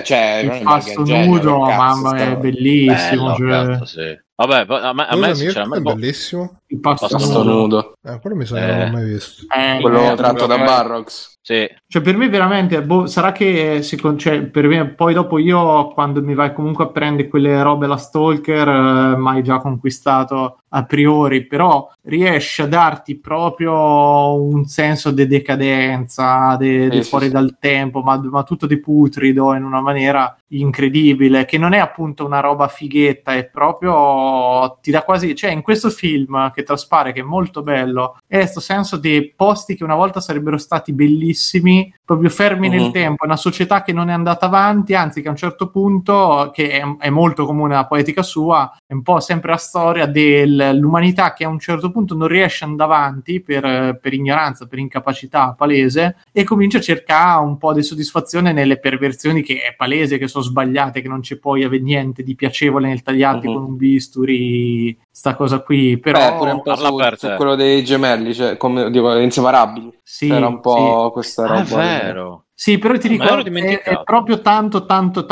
il pasto nudo, mamma, è bellissimo. Bello, cazzo, sì. Vabbè, a me è bellissimo. Il pasto nudo. Quello mi sa che non l'ho mai visto. Quello tratto da Barrocks. Sì. Cioè, per me veramente sarà che per me, poi dopo io, quando mi vai comunque a prendere quelle robe la Stalker, mai già conquistato a priori, però riesce a darti proprio un senso di decadenza, fuori dal tempo, ma tutto di putrido in una maniera incredibile, che non è appunto una roba fighetta, è proprio, ti dà quasi, cioè in questo film che traspare, che è molto bello, è questo senso dei posti che una volta sarebbero stati bellissimi, proprio fermi nel tempo, una società che non è andata avanti, anzi che a un certo punto, che è molto comune la poetica sua, è un po' sempre la storia dell'umanità che a un certo punto non riesce ad andare avanti per ignoranza, per incapacità palese, e comincia a cercare un po' di soddisfazione nelle perversioni che è palese, che sono sbagliate, che non c'è poi avere niente di piacevole nel tagliarti con un bisturi, sta cosa qui, però pure un po' su quello dei gemelli, cioè come dico, inseparabili, era un po' questa roba. È vero. Sì, però ti dico, è proprio tanto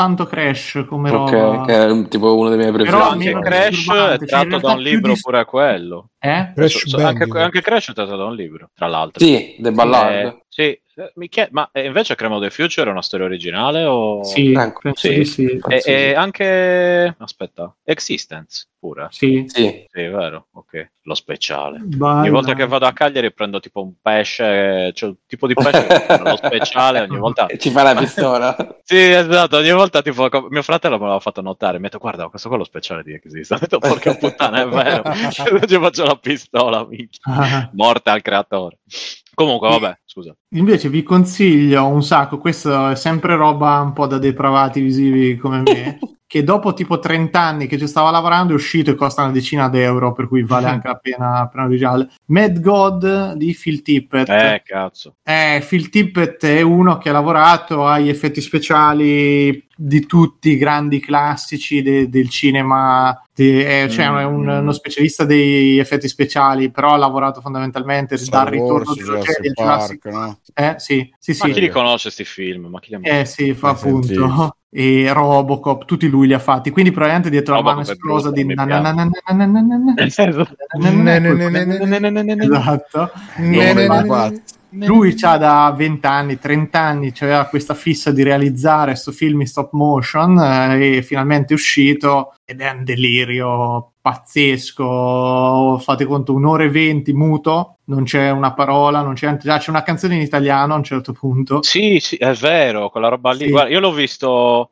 Crash come roba. Che è tipo uno dei miei preferiti. Però anche Crash è tratto da un libro pure quello. Anche Crash è tratto da un libro, tra l'altro. Sì, The Ballad. Sì, ma invece Cremo the Future è una storia originale o... Sì, penso di sì. E anche... Aspetta, Existence pure? Sì, vero, ok. Lo speciale. Balla. Ogni volta che vado a Cagliari prendo tipo un pesce, cioè un tipo di pesce che lo speciale, ogni volta... Ci fa la pistola. Sì, esatto, ogni volta tipo mio fratello me l'ha fatto notare, mi ha detto guarda, questo qua è lo speciale di Existence. Ho detto porca puttana, è vero. Ci faccio la pistola, minchia. Morte al creatore. Comunque, vabbè, scusa. Invece vi consiglio un sacco, questo è sempre roba un po' da depravati visivi come me, che dopo tipo 30 anni che ci stava lavorando è uscito e costa una decina d'euro, per cui vale anche la pena originale. Mad God di Phil Tippett. Cazzo. Phil Tippett è uno che ha lavorato agli effetti speciali di tutti i grandi classici del cinema, cioè è uno specialista degli effetti speciali, però ha lavorato fondamentalmente dal ritorno dello Jedi al classico, no? Sì. Ma chi li conosce sti film? Ma chi li sì, fa appunto. E Robocop, tutti lui li ha fatti, quindi probabilmente dietro la mano esplosa di esatto. Lui c'ha da 20 anni, 30 anni, c'aveva questa fissa di realizzare sto film in stop motion, e finalmente è uscito ed è un delirio pazzesco, fate conto 1 ora e 20 muto, non c'è una parola, non c'è una canzone in italiano a un certo punto. Sì, è vero, quella roba lì. Sì. Guarda, io l'ho visto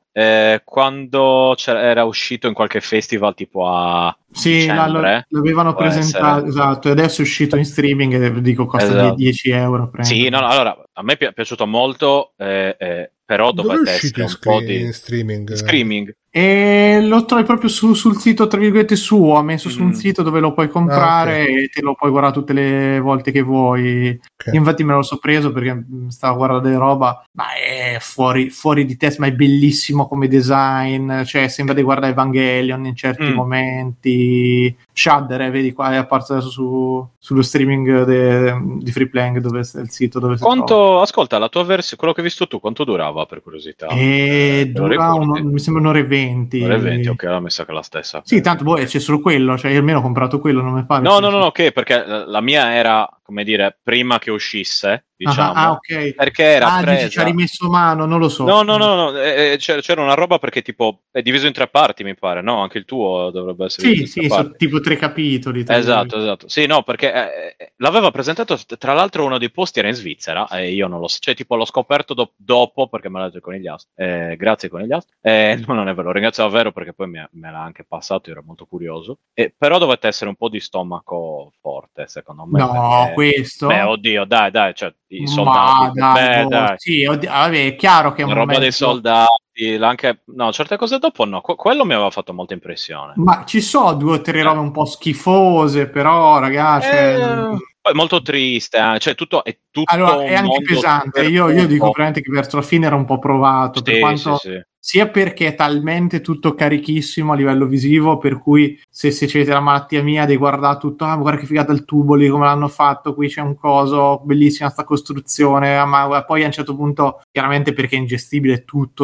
quando era uscito in qualche festival tipo a dicembre. L'avevano presentato, esatto, e adesso è uscito in streaming e dico costa 10 euro. Sì, no, allora, a me è piaciuto molto, però dovete essere un po' di streaming. E lo trovi proprio sul sito, tra virgolette, suo, ha messo su un sito dove lo puoi comprare e te lo puoi guardare tutte le volte che vuoi. Io infatti me lo so preso perché stavo guardando delle roba, ma è fuori di testa, ma è bellissimo come design, cioè sembra di guardare Evangelion in certi momenti. Shudder, vedi qua, è apparso adesso sullo streaming di Freeplaying, dove è il sito dove si trova. Ascolta, la tua versione, quello che hai visto tu, quanto durava, per curiosità? Dura mi sembra 1 ora e 20. 1 ora e 20, ok, allora mi sa che è la stessa. Sì, tanto c'è solo quello, cioè io almeno ho comprato quello, non mi pare. No, ok, perché la mia era, come dire, prima che uscisse, diciamo, ok. Perché era presa... ci ha rimesso mano, non lo so. No, c'era una roba perché tipo è diviso in 3 parti, mi pare, no? Anche il tuo dovrebbe essere diviso in 3 parti. Sono tipo 3 capitoli. Esatto. Sì, no, perché l'aveva presentato, tra l'altro uno dei posti era in Svizzera e io non lo so, cioè tipo l'ho scoperto dopo perché me l'ha detto il Conigliastro. Grazie Conigliastro. No, non è vero, lo ringrazio davvero perché poi me l'ha anche passato, io ero molto curioso. Però dovete essere un po' di stomaco forte, secondo me. No, questo? Beh, oddio, dai, cioè i soldati. Dai. Sì, vabbè, è chiaro che è la roba dei soldati, anche no, certe cose dopo no, quello mi aveva fatto molta impressione. Ma ci sono 2 o 3 robe un po' schifose, però ragazzi, poi molto triste, cioè tutto allora è anche pesante. Io dico veramente che verso la fine era un po' provato, per quanto sia perché è talmente tutto carichissimo a livello visivo, per cui se c'è la malattia mia di guardare tutto, guarda che figata il tubo lì, come l'hanno fatto, qui c'è un coso, bellissima sta costruzione, ma poi a un certo punto, chiaramente perché è ingestibile tutto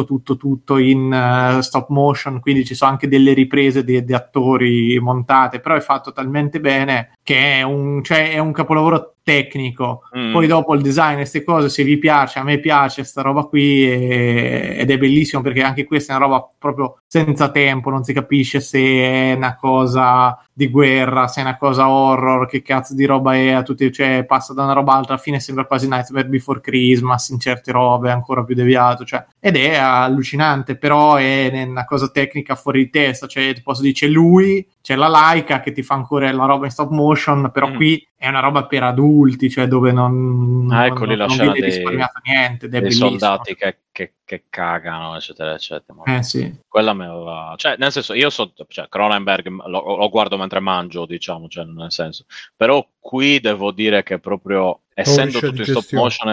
in stop motion, quindi ci sono anche delle riprese di attori montate, però è fatto talmente bene che è un capolavoro tecnico. Poi dopo il design e queste cose, se vi piace, a me piace sta roba qui ed è bellissimo perché anche questa è una roba proprio senza tempo, non si capisce se è una cosa di guerra, se è una cosa horror, che cazzo di roba è, a tutti, cioè passa da una roba all'altra, alla fine sembra quasi Nightmare Before Christmas in certe robe, ancora più deviato, cioè, ed è allucinante, però è una cosa tecnica fuori di testa, cioè ti posso dire, c'è la Laika che ti fa ancora la roba in stop motion, però qui è una roba per adulti, cioè dove non viene risparmiato niente, dei soldati che cagano, eccetera. Sì. Quella mi aveva, cioè nel senso, io Cronenberg lo guardo mentre mangio, diciamo, cioè nel senso, però qui devo dire che proprio essendo tutto in stop motion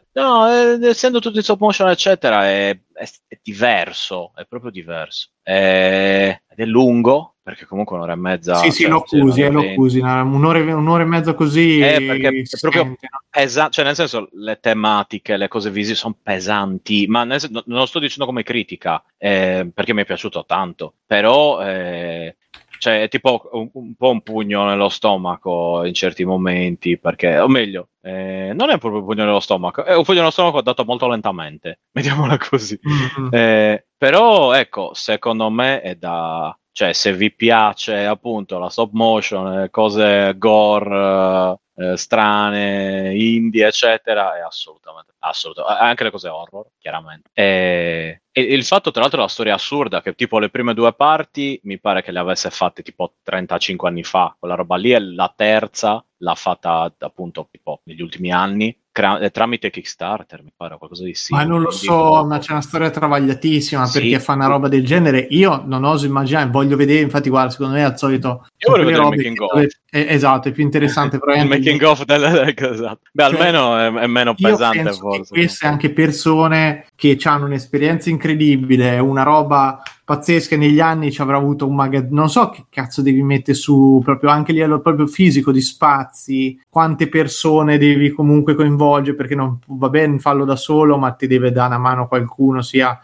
eccetera è diverso, è proprio diverso, ed è lungo perché comunque 1 ora e mezza lo accusi, un'ora e mezza così perché è proprio cioè nel senso le tematiche, le cose visive sono pesanti, ma nel senso, non lo sto dicendo come critica, perché mi è piaciuto tanto, però cioè è tipo un po' un pugno nello stomaco in certi momenti, perché, o meglio, non è proprio un pugno nello stomaco, è un pugno nello stomaco dato molto lentamente, mettiamola così. Però ecco, secondo me è cioè se vi piace appunto la stop motion, cose gore, strane, indie eccetera, è assolutamente anche le cose horror chiaramente, e il fatto tra l'altro la storia assurda che tipo le prime 2 parti mi pare che le avesse fatte tipo 35 anni fa, quella roba lì, è la terza l'ha fatta appunto tipo negli ultimi anni tramite Kickstarter, mi pare, qualcosa di simile. Ma non lo so, ma c'è una storia travagliatissima perché fa una roba del genere. Io non oso immaginare, voglio vedere, infatti guarda, secondo me al solito io volevo vedere il making of. Esatto, è più interessante il making of esatto. Beh, almeno è meno pesante forse. Queste anche persone che hanno un'esperienza incredibile, una roba pazzesca negli anni, ci avrà avuto un magazzino, non so che cazzo devi mettere su proprio anche a livello proprio fisico di spazi, quante persone devi comunque coinvolgere, perché non va bene farlo da solo, ma ti deve dare una mano qualcuno, sia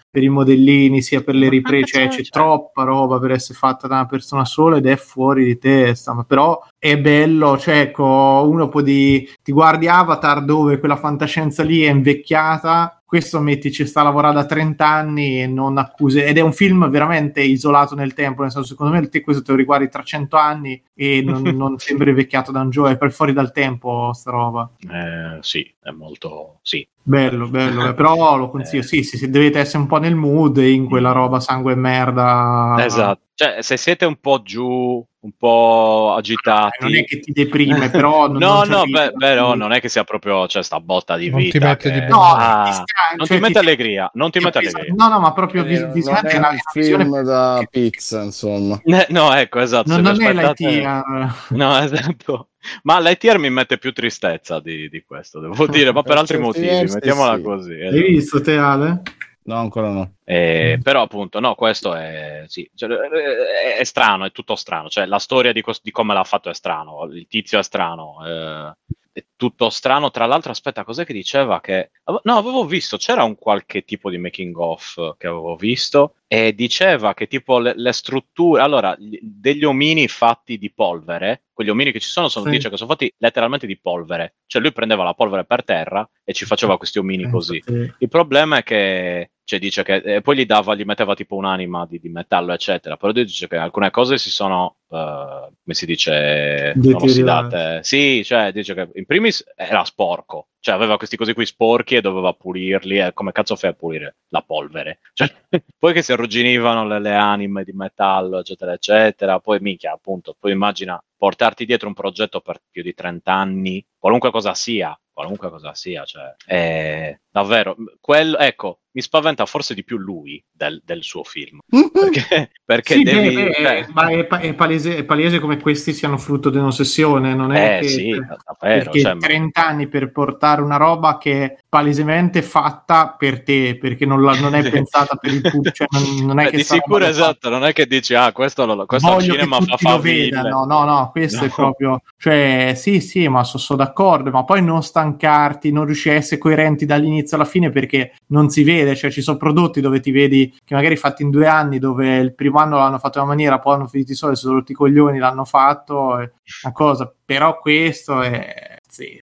per i modellini sia per le riprese, cioè c'è troppa roba per essere fatta da una persona sola ed è fuori di testa, ma però è bello, cioè ecco, uno ti guardi Avatar dove quella fantascienza lì è invecchiata, questo ci sta a lavorare da 30 anni e non accuse, ed è un film veramente isolato nel tempo, nel senso, secondo me questo te lo riguardi tra 100 anni e non sembra invecchiato da un giorno, è per fuori dal tempo sta roba. Sì, è molto, sì. Bello, però lo consiglio, sì, dovete essere un po' nel mood in quella roba sangue e merda. Esatto, cioè se siete un po' giù, un po' agitati, non è che ti deprime, però non è che sia proprio, cioè, sta botta di non vita ti mette che... di non ti mette allegria, non ti mette allegria. No, ma proprio visivamente è un film da pizza, insomma. No, ecco, esatto. Non è l'ITR. No, esatto. Ma l'ITR mi mette più tristezza di questo, devo dire, ma per altri motivi, mettiamola così. Esatto. Hai visto te, Ale? No, ancora no. Però appunto, no, questo è è strano, è tutto strano, cioè la storia di come l'ha fatto è strano, il tizio è strano, è tutto strano. Tra l'altro, aspetta, cos'è che diceva che... No, avevo visto, c'era un qualche tipo di making of che avevo visto e diceva che tipo le strutture, allora, degli omini fatti di polvere, quegli omini che ci sono, dice che sono fatti letteralmente di polvere, cioè lui prendeva la polvere per terra e ci faceva questi omini così. Il problema è che, cioè, dice che poi gli metteva tipo un'anima di metallo, eccetera, però dice che alcune cose si sono, come si dice, non ossidate. Sì, cioè dice che in primis era sporco, cioè aveva questi cosi qui sporchi e doveva pulirli, e come cazzo fai a pulire la polvere? Cioè, poi che si arrugginivano le anime di metallo, eccetera, eccetera, poi minchia, appunto, poi immagina portarti dietro un progetto per più di 30 anni, qualunque cosa sia, cioè, davvero, ecco, mi spaventa forse di più lui del suo film, perché sì, devi... ma è palese come questi siano frutto di un'ossessione, non è che sì, davvero, perché cioè, 30 anni per portare una roba che è palesemente fatta per te, perché non è pensata per il pubblico, cioè non è che di sicuro, esatto, non è che dici questo al cinema fa faville. No, questo è proprio, cioè sì, ma sono d'accordo, ma poi non stancarti, non riuscire a essere coerenti dall'inizio alla fine perché non si vede, cioè ci sono prodotti dove ti vedi che magari fatti in 2 anni, dove il primo anno l'hanno fatto in una maniera, poi hanno finito i soldi, sono rotti i coglioni, l'hanno fatto, è una cosa, però questo è... Sì.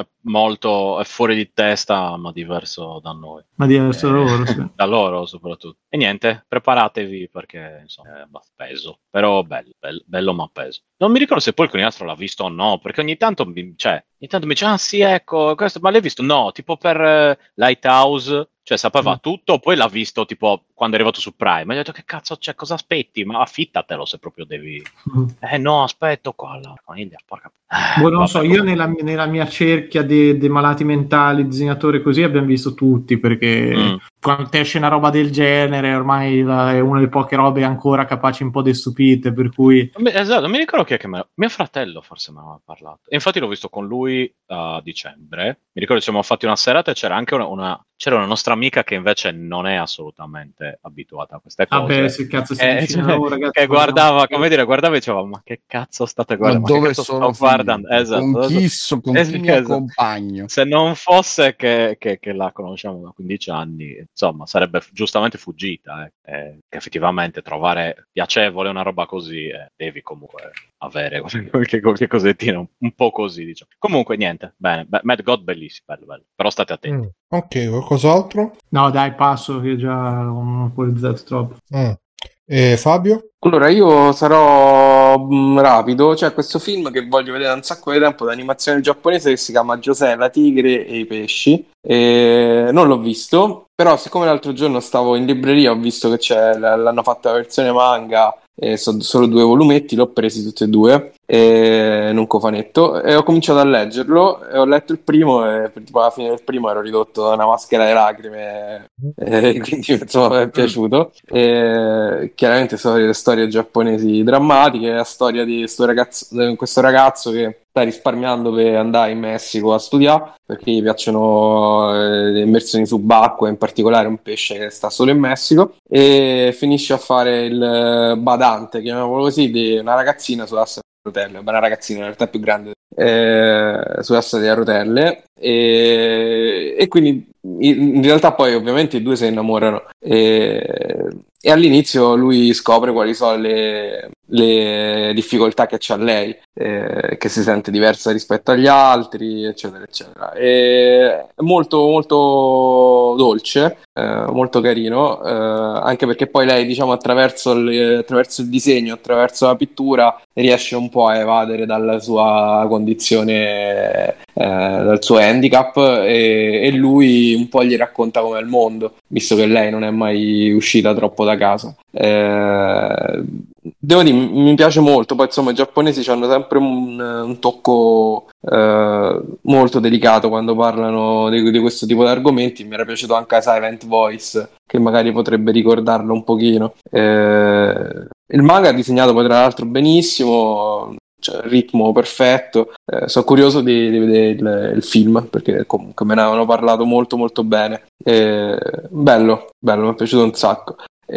È fuori di testa, ma diverso da noi. Ma diverso da loro, sì. Da loro soprattutto. E niente, preparatevi perché insomma è peso. Però bello ma peso. Non mi ricordo se poi il conigliastro l'ha visto o no, perché ogni tanto mi dice, sì, ecco, questo, ma l'hai visto? No, tipo per Lighthouse, cioè sapeva tutto, poi l'ha visto tipo quando è arrivato su Prime. Mi ha detto, che cazzo c'è, cosa aspetti? Ma affittatelo se proprio devi... no, aspetto qua, la coniglia, porca... non so, io nella mia cerchia dei malati mentali, disegnatori così, abbiamo visto tutti, perché quando ti esce una roba del genere ormai è una delle poche robe ancora capaci un po' di stupite, per cui... Esatto, mi ricordo che mio fratello forse me ne aveva parlato. E infatti l'ho visto con lui a dicembre. Mi ricordo che ci siamo fatti una serata e c'era anche c'era una nostra amica che invece non è assolutamente abituata a queste cose. Vabbè, se cazzo si ragazzi, che guardava, guardava e diceva, ma che cazzo state guardando? Ma dove sono guardando? Esatto, con chi mi accompagno? Se non fosse che la conosciamo da 15 anni, insomma, sarebbe giustamente fuggita. Che effettivamente trovare piacevole una roba così, devi comunque avere qualche cosettina un po' così, diciamo. Comunque niente, bene, Mad God bellissimo, bello, però state attenti. Ok, qualcos'altro? No, dai, passo, che già ho monopolizzato troppo. E Fabio? Allora, io sarò rapido. C'è questo film che voglio vedere da un sacco di tempo, d'animazione giapponese, che si chiama José, la tigre e i pesci. Non l'ho visto, però siccome l'altro giorno stavo in libreria, ho visto che l'hanno fatta la versione manga, sono solo 2 volumetti, l'ho presi tutti e 2 in un cofanetto e ho cominciato a leggerlo e ho letto il primo e tipo alla fine del primo ero ridotto da una maschera di lacrime, quindi insomma mi è piaciuto. Chiaramente storie giapponesi drammatiche, la storia di questo ragazzo che sta risparmiando per andare in Messico a studiare perché gli piacciono le immersioni subacquee, in particolare un pesce che sta solo in Messico, e finisce a fare il badante, chiamiamolo così, di una ragazzina sulla hotel, una ragazzina in realtà più grande, sulla sedia a rotelle, e quindi in realtà poi ovviamente i due si innamorano, e all'inizio lui scopre quali sono le difficoltà che c'ha lei, che si sente diversa rispetto agli altri, eccetera eccetera. È molto molto dolce, molto carino, anche perché poi lei, diciamo, attraverso il disegno, attraverso la pittura, riesce un po' a evadere dalla sua condizione, dal suo handicap, e lui un po' gli racconta com'è il mondo, visto che lei non è mai uscita troppo da casa. Devo dire, mi piace molto. Poi insomma i giapponesi hanno sempre un tocco molto delicato quando parlano di questo tipo di argomenti. Mi era piaciuto anche Silent Voice, che magari potrebbe ricordarlo un pochino. Il manga è disegnato poi tra l'altro benissimo, cioè, ritmo perfetto. Sono curioso di vedere il film, perché comunque me ne avevano parlato molto molto bene. Bello, mi è piaciuto un sacco.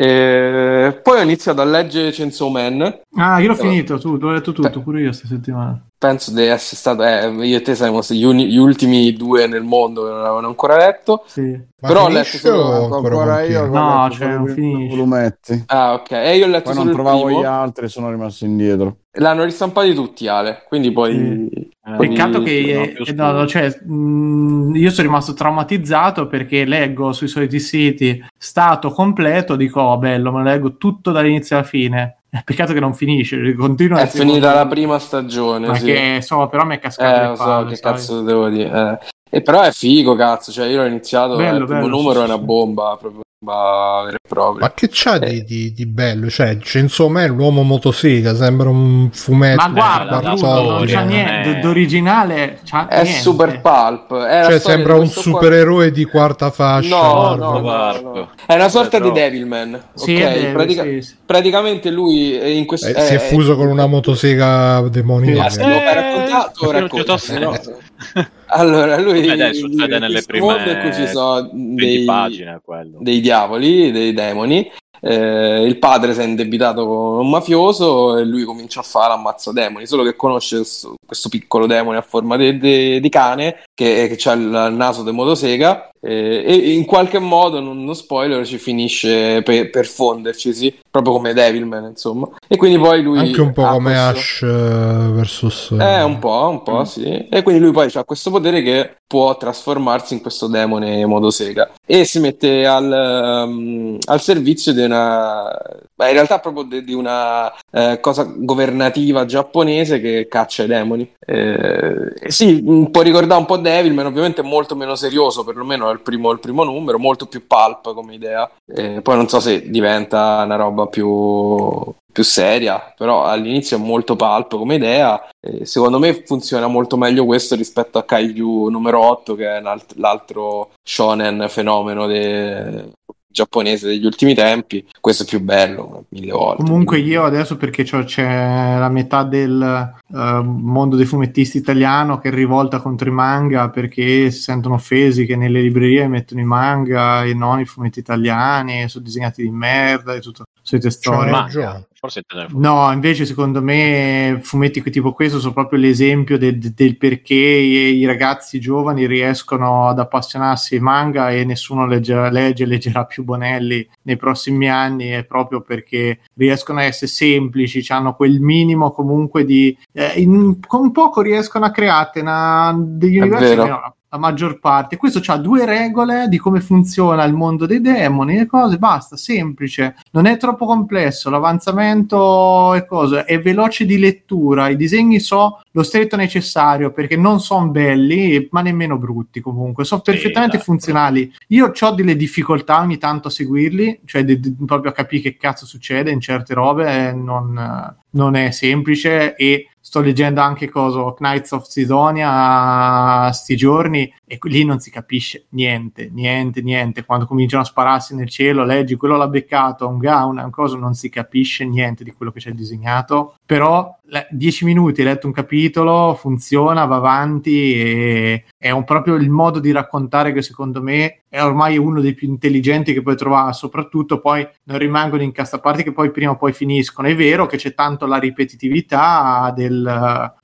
Poi ho iniziato a leggere Chainsaw Man. Io l'ho finito, l'ho letto tutto, pure io questa settimana. Penso di essere stato, io e te siamo gli ultimi due nel mondo che non avevano ancora letto. Sì. Però ho letto solo ancora io. No, cioè non finisce. Volumetti. Ah, ok. E io ho letto poi solo non il trovavo primo. gli altri, sono rimasto indietro. L'hanno ristampati tutti, Ale. Quindi poi. Peccato che io sono rimasto traumatizzato perché leggo sui soliti siti stato completo, dico bello, me lo leggo tutto dall'inizio alla fine. Peccato che non finisce, continua. È finita la prima stagione. Ma sì. che però mi è cascato le palle, che cazzo devo dire. E però è figo, cazzo. Cioè, io l'ho iniziato, il primo numero è una bomba, proprio vera e propria. Ma che c'ha di bello? Cioè, Chainsaw Man, l'uomo motosega, sembra un fumetto. Ma guarda, non c'ha niente d'originale, è niente. Super pulp. Cioè, sembra un supereroe di quarta fascia. No. È una sorta di Devilman. Sì, ok, praticamente lui in questo si è fuso con una motosega demoniaca. Raccontato. Allora, lui succede nelle prime in cui ci sono 20 pagine dei diavoli, dei demoni. Il padre si è indebitato con un mafioso e lui comincia a fare l'ammazza demoni, solo che conosce questo piccolo demone a forma di cane che ha il naso di motosega, e in qualche modo, non spoiler, ci finisce per fonderci, sì, proprio come Devilman, insomma. E quindi poi lui anche un po' come Ash versus un po', sì. E quindi lui poi ha questo potere che può trasformarsi in questo demone motosega e si mette al servizio di una, in realtà proprio di una cosa governativa giapponese che caccia i demoni. Sì, può ricordare un po' Devilman, ovviamente molto meno serioso, perlomeno il primo numero, molto più pulp come idea. Poi non so se diventa una roba più seria, però all'inizio è molto pulp come idea. Secondo me funziona molto meglio questo rispetto a Kaiju numero 8, che è l'altro shonen fenomeno giapponese degli ultimi tempi. Questo è più bello 1000 volte. Comunque io adesso, perché c'è la metà del mondo dei fumettisti italiano che è rivolta contro i manga perché si sentono offesi che nelle librerie mettono i manga e non i fumetti italiani, sono disegnati di merda e tutto, solite storie. Forse no, invece secondo me fumetti tipo questo sono proprio l'esempio del perché i ragazzi giovani riescono ad appassionarsi ai manga e nessuno leggerà più Bonelli nei prossimi anni, è proprio perché riescono a essere semplici, hanno quel minimo comunque di con poco riescono a creare degli universi che no, la maggior parte. Questo c'ha 2 regole di come funziona il mondo dei demoni e cose, basta, semplice, non è troppo complesso, l'avanzamento e cose, è veloce di lettura, i disegni lo stretto necessario perché non sono belli ma nemmeno brutti, comunque sono perfettamente funzionali. Io ho delle difficoltà ogni tanto a seguirli, cioè proprio a capire che cazzo succede in certe robe, non è semplice, e sto leggendo anche Knights of Sidonia sti giorni e lì non si capisce niente, quando cominciano a spararsi nel cielo, leggi quello l'ha beccato, un gauna, un coso, non si capisce niente di quello che c'è disegnato, però 10 minuti hai letto un capitolo, funziona, va avanti e è proprio il modo di raccontare che secondo me è ormai uno dei più intelligenti che puoi trovare, soprattutto poi non rimangono in cassaparti che poi prima o poi finiscono. È vero che c'è tanto la ripetitività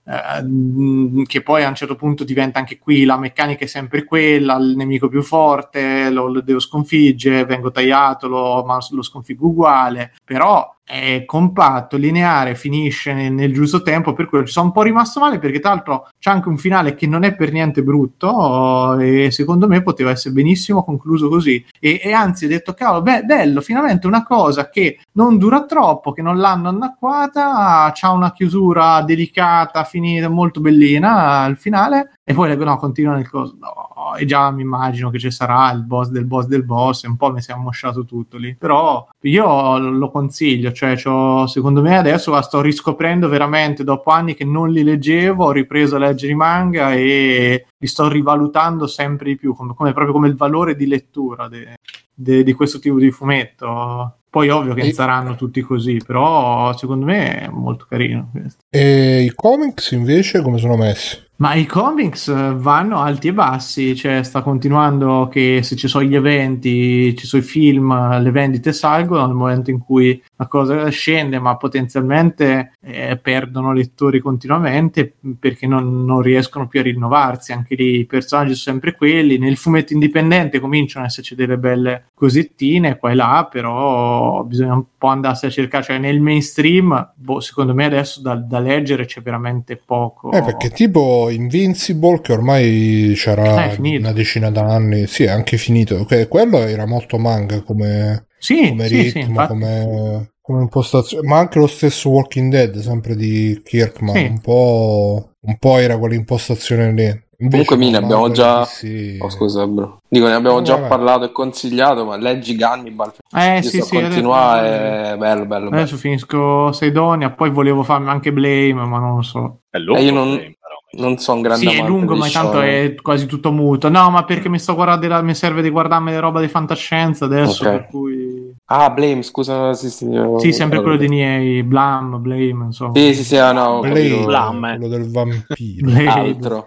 che poi a un certo punto diventa anche qui la meccanica è sempre quella, il nemico più forte lo devo sconfiggere, vengo tagliato, ma lo sconfiggo uguale, però è compatto, lineare, finisce nel giusto tempo, per quello ci sono un po' rimasto male, perché tra l'altro c'è anche un finale che non è per niente brutto, e secondo me poteva essere benissimo concluso così, e anzi ho detto cavolo, bello, finalmente una cosa che non dura troppo, che non l'hanno anacquata, c'ha una chiusura delicata, finita, molto bellina al finale, e poi continua nel coso, e già mi immagino che ci sarà il boss del boss del boss, e un po' mi si è ammosciato tutto lì, però io lo consiglio, cioè secondo me adesso la sto riscoprendo veramente dopo anni che non li leggevo, ho ripreso a leggere i manga e li sto rivalutando sempre di più, proprio come il valore di lettura di questo tipo di fumetto. Poi ovvio che non saranno tutti così, però secondo me è molto carino questo. E i comics invece come sono messi? Ma i comics vanno alti e bassi, cioè sta continuando che se ci sono gli eventi, ci sono i film, le vendite salgono nel momento in cui la cosa scende, ma potenzialmente perdono lettori continuamente perché non riescono più a rinnovarsi. Anche lì i personaggi sono sempre quelli, nel fumetto indipendente cominciano ad esserci delle belle cosettine qua e là, però bisogna un po' andarsi a cercare, cioè nel mainstream secondo me adesso da leggere c'è veramente poco, perché tipo Invincible, che ormai c'era una decina d'anni, sì, è anche finito, quello era molto manga come ritmo, come impostazione, ma anche lo stesso Walking Dead, sempre di Kirkman, un po' era quell'impostazione lì. Invece comunque ne abbiamo già scusa bro, dico ne abbiamo già parlato e consigliato, ma leggi Hannibal, continuare, è bello. Adesso finisco Sidonia, poi volevo farmi anche Blame, ma non lo so, è lungo, io non so un grande amante, è lungo, ma intanto è quasi tutto muto. No, ma perché mi serve di guardarmi le roba di fantascienza adesso, per cui Blame, scusa, sì, sempre quello di Niei, Blame, insomma. Sì, Blame, quello del vampiro. Altro.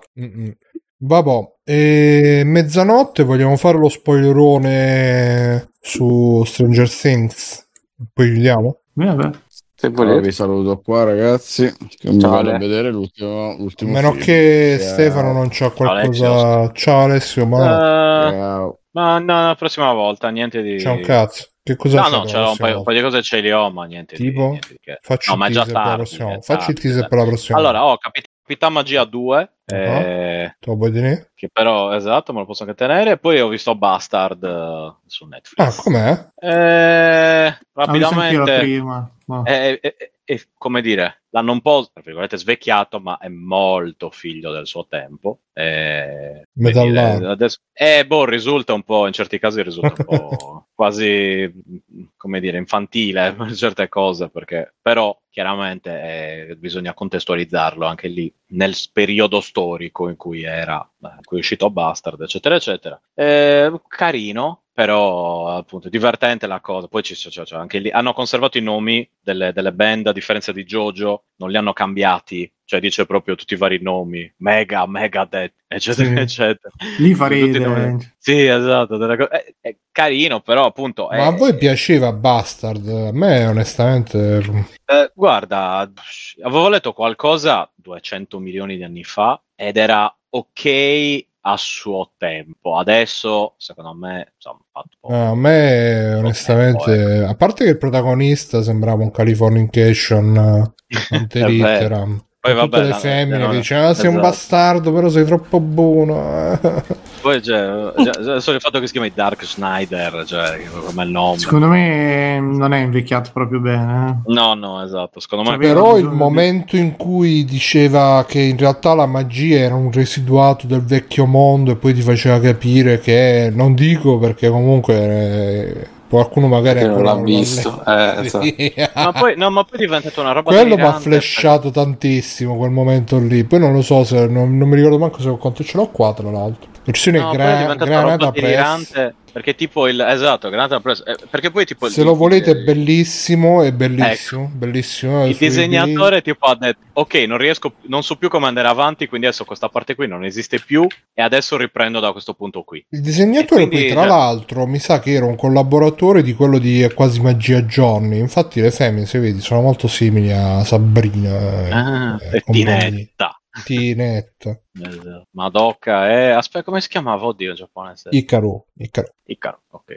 Vabbè, mezzanotte vogliamo fare lo spoilerone su Stranger Things, poi chiudiamo? Vabbè. Vi saluto qua, ragazzi, che mi vado a vedere l'ultimo a meno film. che Stefano non c'ha qualcosa. Ciao Alessio, ma la prossima volta niente di... C'è un cazzo. Che cosa c'è un paio di cose ce li ho, ma niente tipo? Niente di che. Facci il teaser per la prossima. Facci il teaser per la prossima. Allora, ho Capitan Magia 2 te lo vuoi dire? che però esatto, me lo posso anche tenere. Poi ho visto Bastard su Netflix. Com'è? Rapidamente prima. è come dire, l'hanno un po' tra virgolette svecchiato, ma è molto figlio del suo tempo. Adesso risulta un po', in certi casi risulta un po' quasi, come dire, infantile per certe cose, perché però chiaramente bisogna contestualizzarlo anche lì nel periodo storico in cui è uscito Bastard, eccetera eccetera. Carino, però appunto divertente la cosa. Poi c'è anche lì hanno conservato i nomi delle band, a differenza di JoJo non li hanno cambiati, cioè dice proprio tutti i vari nomi, Megadeth, eccetera eccetera. Lì fa ridere. Sì, esatto, è carino, però appunto ma a voi piaceva Bastard? A me onestamente guarda, avevo letto qualcosa 200 milioni di anni fa ed era ok a suo tempo. Adesso secondo me a me onestamente a parte che il protagonista sembrava un Californication ante litteram. Poi tutte le femmine che dicevano sei un bastardo però sei troppo buono. Poi c'è solo il fatto che si chiama Dark Schneider, cioè come il nome, secondo me non è invecchiato proprio bene. No, esatto, secondo me però il momento in cui diceva che in realtà la magia era un residuato del vecchio mondo e poi ti faceva capire che non dico perché comunque qualcuno magari non l'ha visto, ma poi è diventato una roba quello mi ha flashato tantissimo quel momento lì. Poi non lo so se non mi ricordo manco se quanto ce l'ho qua, tra l'altro versione granata Perché tipo Granata Press, perché poi tipo se lo volete è bellissimo, ecco. Bellissimo. Il disegnatore tipo ha detto ok, non so più come andare avanti, quindi adesso questa parte qui non esiste più e adesso riprendo da questo punto qui. Il disegnatore quindi, poi tra l'altro mi sa che era un collaboratore di quello di Quasi Magia Johnny, infatti le femmine se vedi sono molto simili a Sabrina e Tinetta. Madoka aspetta, come si chiamava? Oddio, in giapponese. Icaro, ok.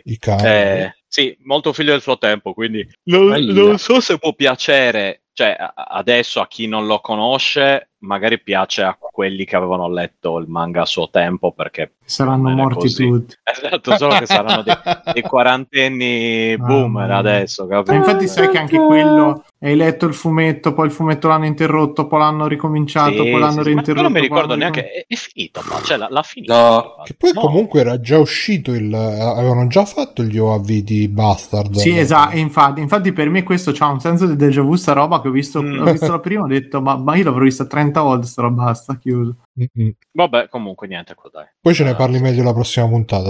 Sì, molto figlio del suo tempo, quindi non so se può piacere, cioè adesso a chi non lo conosce magari piace a quelli che avevano letto il manga a suo tempo, perché saranno morti tutti. Esatto, solo che saranno dei quarantenni boomer adesso, capito? Infatti sai che anche quello, hai letto il fumetto, poi il fumetto l'hanno interrotto, poi l'hanno ricominciato, poi l'hanno reinterrotto. Ma non mi ricordo neanche, è finito, ma cioè l'ha finito. No. Che poi comunque era già uscito avevano già fatto gli OAV di Bastard. Sì, esatto, infatti per me questo c'ha un senso di déjà vu, sta roba che ho visto la prima, ho detto ma io l'avrò vista 30 volte, sta roba, basta, chiuso. Vabbè, comunque niente, dai. Poi ce ne parli meglio la prossima puntata.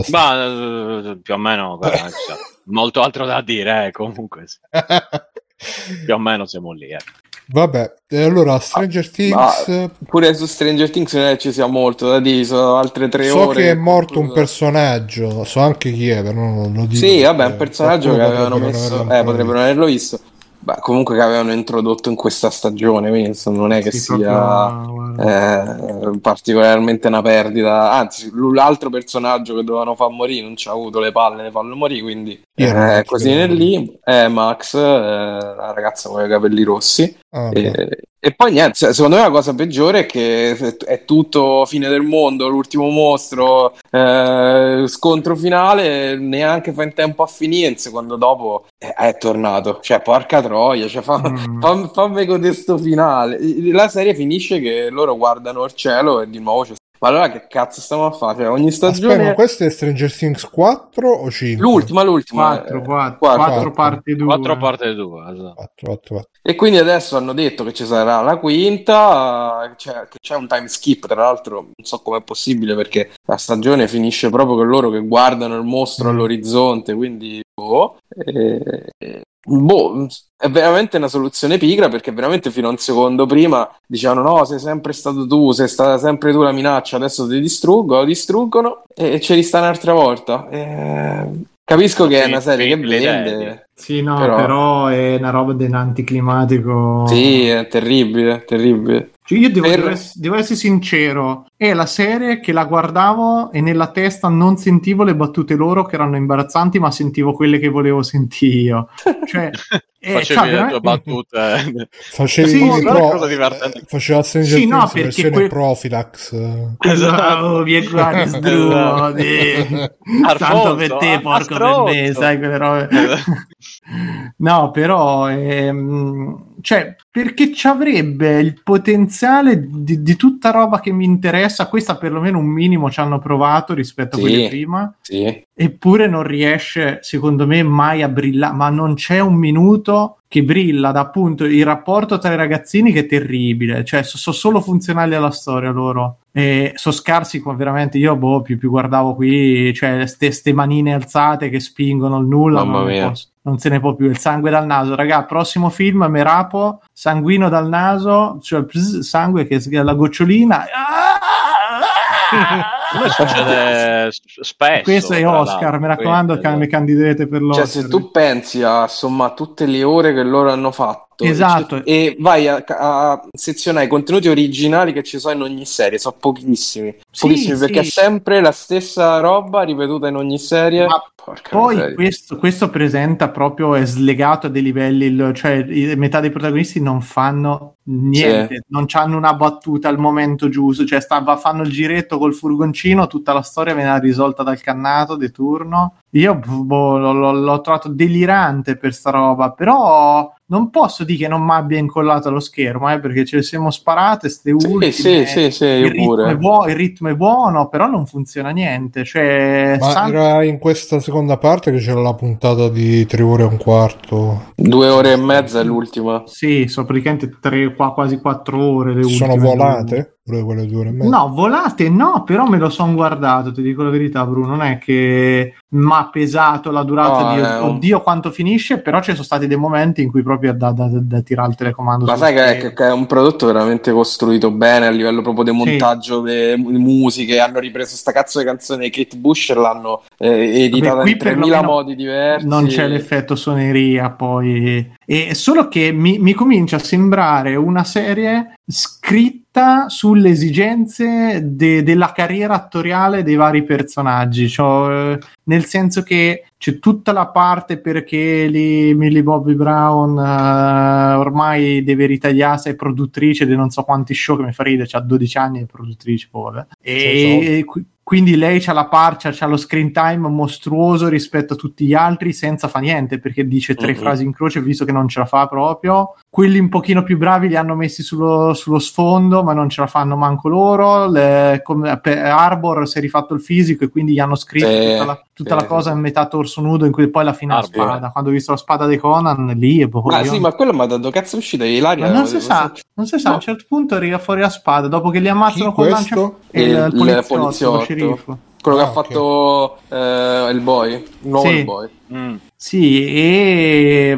Ma più o meno molto altro da dire, comunque sì. Più o meno siamo lì. Vabbè, allora Stranger Things. Pure su Stranger Things non è che ci sia molto da dire, sono altre 3 ore. So che è morto un personaggio, so anche chi è, però non lo dico. Sì, vabbè, un personaggio che avevano messo, potrebbero averlo visto. Beh, comunque che avevano introdotto in questa stagione, quindi non è che sia particolarmente una perdita, anzi l'altro personaggio che dovevano far morire non ci ha avuto le palle di farlo morire, quindi così nel lì Max, la ragazza con i capelli rossi, e poi niente, secondo me la cosa peggiore è che è tutto fine del mondo, l'ultimo mostro, scontro finale, neanche fa in tempo a finire, un secondo dopo è tornato, cioè porca troia, cioè fammi con questo finale. La serie finisce che loro guardano il cielo e di nuovo c'è. Ma allora che cazzo stiamo a fare? Cioè, ogni stagione. Aspetta, ma questo è Stranger Things 4 o 5? L'ultima 4 parte 2. 4 parte 2, esatto. 4. E quindi adesso hanno detto che ci sarà la quinta, che c'è un time skip, tra l'altro non so com'è possibile perché la stagione finisce proprio con loro che guardano il mostro all'orizzonte, quindi è veramente una soluzione pigra, perché veramente fino a un secondo prima dicevano no, sei sempre stato tu, sei stata sempre tu la minaccia, adesso ti distruggono e ci rista un'altra volta. Capisco che è una serie che vende. Sì, no, però è una roba dell'anticlimatico. Sì, è terribile. Cioè io devo essere sincero, è la serie che la guardavo e nella testa non sentivo le battute loro che erano imbarazzanti, ma sentivo quelle che volevo sentire io. Cioè, facevi le tue battute. Faceva Stranger Things versione Profilax. Esatto. Tanto per te, porco per me, sai quelle robe. No, però cioè, perché ci avrebbe il potenziale di tutta roba che mi interessa. Questa perlomeno un minimo ci hanno provato rispetto a quelli prima, eppure non riesce secondo me mai a brillare, ma non c'è un minuto che brilla, da appunto il rapporto tra i ragazzini che è terribile, cioè sono solo funzionali alla storia loro, e sono scarsi qua veramente. Io più guardavo qui, cioè ste manine alzate che spingono il nulla, non se ne può più, il sangue dal naso, raga. Prossimo film Merapo, sanguino dal naso, cioè sangue che la gocciolina. Succede spesso. Questo è Oscar, mi raccomando, che mi candiderete per l'Oscar. Cioè, se tu pensi a tutte le ore che loro hanno fatto, esatto, e vai a sezionare i contenuti originali che ci sono in ogni serie, sono pochissimi, perché è sempre la stessa roba ripetuta in ogni serie. Ma poi questo presenta proprio, è slegato a dei livelli, cioè metà dei protagonisti non fanno niente, non c'hanno una battuta al momento giusto, cioè fanno il giretto col furgoncino, tutta la storia viene risolta dal cannato di turno. Io l'ho trovato delirante per sta roba, però non posso dire che non mi abbia incollato allo schermo, perché ce le siamo sparate ste ultime. Il ritmo è buono, però non funziona niente. Cioè, ma era in questa seconda parte che c'era la puntata di 3 ore e un quarto. 2 ore e mezza è l'ultima. Sì, sono praticamente quasi 4 ore le ultime. Sono volate? pure quelle 2 ore e mezza. No, volate no, però me lo son guardato, ti dico la verità, Bruno, non è che mi ha pesato la durata di oddio quanto finisce, però ci sono stati dei momenti in cui proprio da tirare il telecomando. Ma sai che è un prodotto veramente costruito bene a livello proprio di montaggio, di musiche, hanno ripreso sta cazzo di canzone di Kate Bush e l'hanno editata in 3000 modi diversi. Non c'è l'effetto suoneria poi, e solo che mi comincia a sembrare una serie scritta sulle esigenze della carriera attoriale dei vari personaggi, cioè, nel senso che c'è tutta la parte perché Millie Bobby Brown ormai deve ritagliarsi, è produttrice di non so quanti show, che mi fa ridere, c'ha 12 anni è produttrice poi, e quindi lei c'ha la parcia, c'ha lo screen time mostruoso rispetto a tutti gli altri, senza fa niente, perché dice 3 frasi in croce, visto che non ce la fa proprio. Quelli un pochino più bravi li hanno messi sullo sfondo, ma non ce la fanno manco loro. Arbor si è rifatto il fisico e quindi gli hanno scritto tutta la cosa in metà torso nudo, in cui poi alla fine la spada, quando ho visto la spada di Conan lì ma quello mi ha dato cazzo uscita Ilaria, non si sa, a un certo punto arriva fuori la spada dopo che li ammazzano con lancia il poliziotto. Quello che ha fatto il boy, il nuovo il boy. Sì, e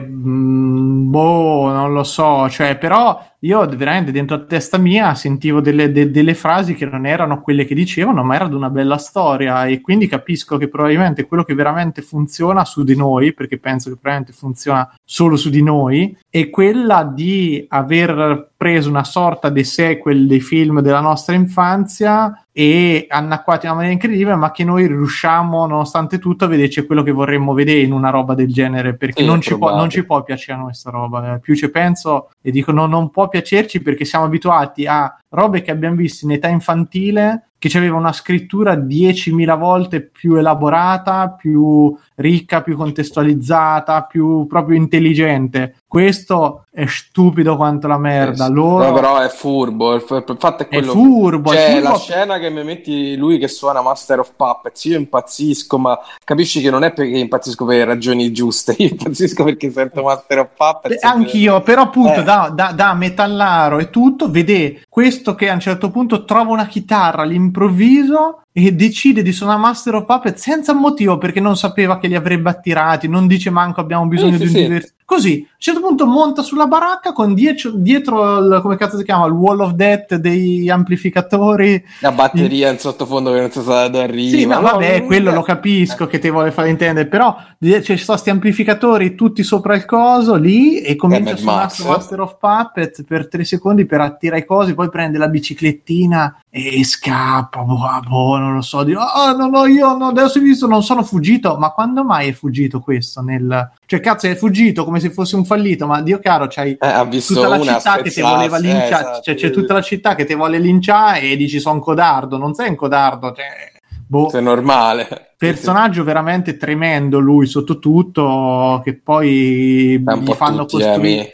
non lo so, cioè, però io veramente dentro a testa mia sentivo delle frasi che non erano quelle che dicevano, ma era di una bella storia, e quindi capisco che probabilmente quello che veramente funziona su di noi, perché penso che probabilmente funziona solo su di noi, è quella di aver preso una sorta di sequel dei film della nostra infanzia e annacquati in una maniera incredibile, ma che noi riusciamo nonostante tutto a vederci quello che vorremmo vedere in una roba del genere, perché non ci può piacere a noi sta roba, più ci penso e dico non può piacerci, perché siamo abituati a robe che abbiamo visto in età infantile, che c'aveva una scrittura 10.000 volte più elaborata, più ricca, più contestualizzata, più proprio intelligente. Questo è stupido quanto la merda. No, però è furbo. Il fatto è quello. È furbo. La scena che mi metti lui che suona Master of Puppets, io impazzisco, ma capisci che non è perché impazzisco per le ragioni giuste, io impazzisco perché sento Master of Puppets. Anch'io, però appunto da metallaro e tutto, vede questo che a un certo punto trova una chitarra all'improvviso e decide di suonare Master of Puppets senza motivo, perché non sapeva che li avrebbe attirati, non dice manco abbiamo bisogno di un diverso. Così, a un certo punto monta sulla baracca con dietro il, come cazzo si chiama, il wall of death dei amplificatori, la batteria in sottofondo che non si sa da arriva. Sì, ma vabbè, quello lo capisco che ti vuole fare intendere, però ci sono sti amplificatori tutti sopra il coso lì e comincia a suonare Master of Puppets per 3 secondi per attirare i cosi, poi prende la biciclettina e scappa, non lo so, io adesso ho visto, non sono fuggito, ma quando mai è fuggito questo cioè cazzo è fuggito come se fosse un fallito, ma Dio caro, c'hai tutta la città che ti voleva linciare, c'è tutta la città che ti vuole linciare e dici sono codardo, non sei un codardo, cioè sei normale. Personaggio veramente tremendo lui sotto tutto, che poi gli fanno costruire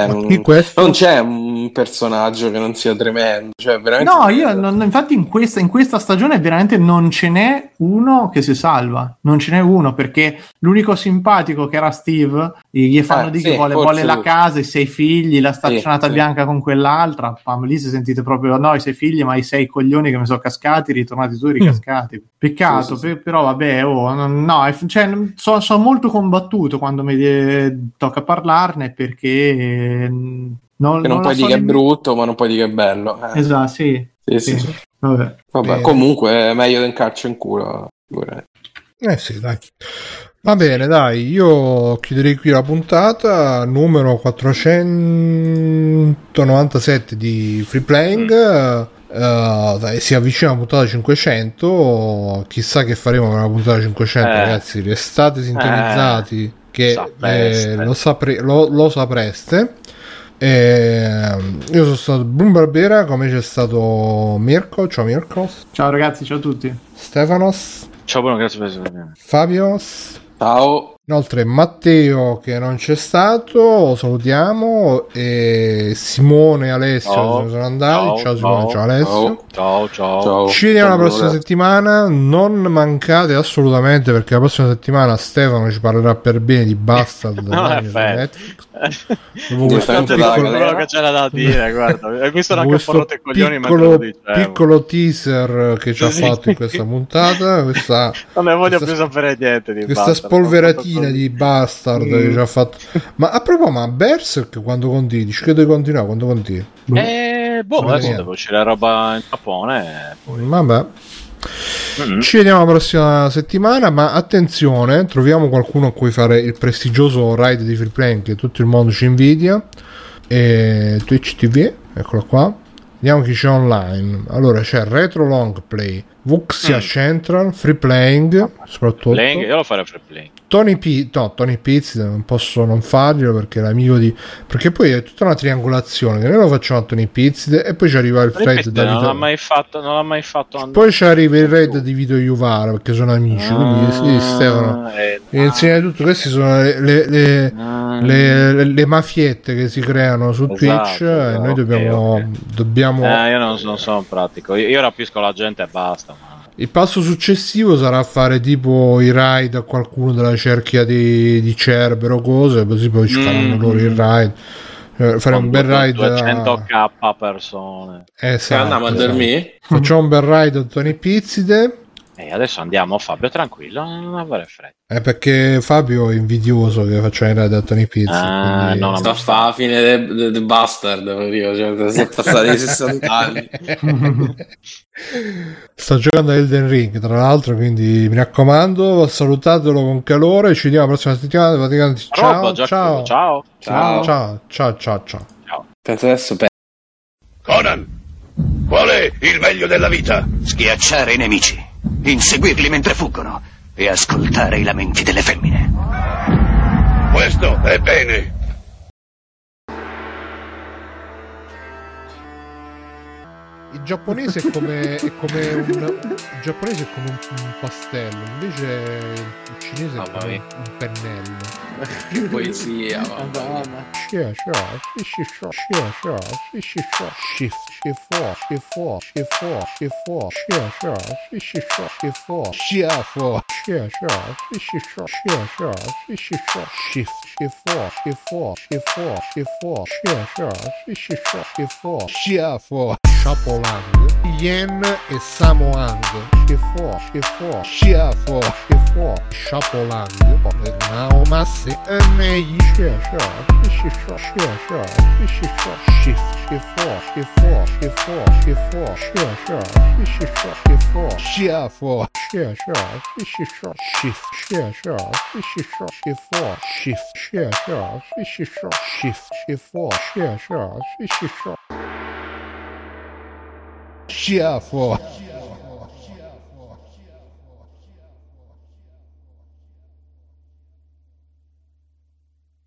non c'è un personaggio che non sia tremendo, cioè veramente infatti in questa stagione veramente non ce n'è uno che si salva, non ce n'è uno, perché l'unico simpatico che era Steve gli fanno dire che vuole la casa, i 6 figli, la staccionata bianca con quell'altra, lì si sentite proprio i 6 figli ma i 6 coglioni che mi sono cascati, ritornati su ricascati, peccato. Però vabbè, sono molto combattuto quando mi tocca parlarne, perché non puoi dire che è brutto, ma non puoi dire che è bello. Esatto, sì. Vabbè, comunque è meglio del calcio in culo. Sì, dai. Va bene, dai, io chiuderei qui la puntata numero 497 di Free Playing. Si avvicina la puntata 500, chissà che faremo per la puntata 500, ragazzi, restate sintonizzati che lo sapreste. Io sono stato Bruno Barbera, come c'è stato Mirko. Ciao Mirko. Ciao ragazzi, ciao a tutti. Stefanos. Ciao Bruno, grazie per essere. Fabios. Ciao. Inoltre Matteo che non c'è stato, lo salutiamo, e Simone e Alessio sono andati. Ciao Simone, ciao Alessio. Ciao. Ci vediamo la prossima settimana, non mancate assolutamente, perché la prossima settimana Stefano ci parlerà per bene di Bastard. Netflix. Quello che c'era da dire, guarda, hai visto anche un po' rotto i coglioni piccolo teaser che ci ha fatto in questa puntata. Non ne voglio più sapere niente di questa spolveratina di Bastard che ci ha fatto. Ma a proposito, Berserk quando continui? Dici che devi continuare? Quando continui? Adesso devo uscire roba in Giappone. Vabbè. Ci vediamo la prossima settimana, ma attenzione, troviamo qualcuno a cui fare il prestigioso ride di Free Playing che tutto il mondo ci invidia, e Twitch TV, eccola qua. Vediamo chi c'è online. Allora c'è Retro Long Play, Vuxia Central, Free Playing, soprattutto. Io lo farei Free Playing. Tony Pizzi non posso non farglielo perché è l'amico di, perché poi è tutta una triangolazione che noi lo facciamo a Tony Pizzi e poi ci arriva il Fred non l'ha mai fatto poi ci arriva il raid di Vito Iuvara perché sono amici, quindi sì, Stefano insegna tutto. Queste sono le mafiette che si creano su Twitch, e noi dobbiamo io non sono pratico, io rapisco la gente e basta. Il passo successivo sarà fare tipo i raid a qualcuno della cerchia di Cerbero, cose così, poi ci faranno loro il raid. Fare un bel raid 200k persone. Andiamo a dormire. Facciamo un bel raid a Tony Pizzide. Adesso andiamo, Fabio, tranquillo, non avere fretta. Perché Fabio è invidioso che facciamo i raid a Tony Pizzi. No, sta fa la fine del Bastard, cioè, sono passati 60 anni. Sto giocando a Elden Ring, tra l'altro, quindi mi raccomando, salutatelo con calore. Ci vediamo la prossima settimana. Ciao. Penso adesso Conan, qual è il meglio della vita? Schiacciare i nemici, inseguirli mentre fuggono e ascoltare i lamenti delle femmine. Questo è bene. Il giapponese è come un pastello, invece il cinese è come un pennello. Che poesia, Chapolang, Yen e Samoang, Shiafo, Chapolang, Naomase, Nei, Shiafo, Shiafo.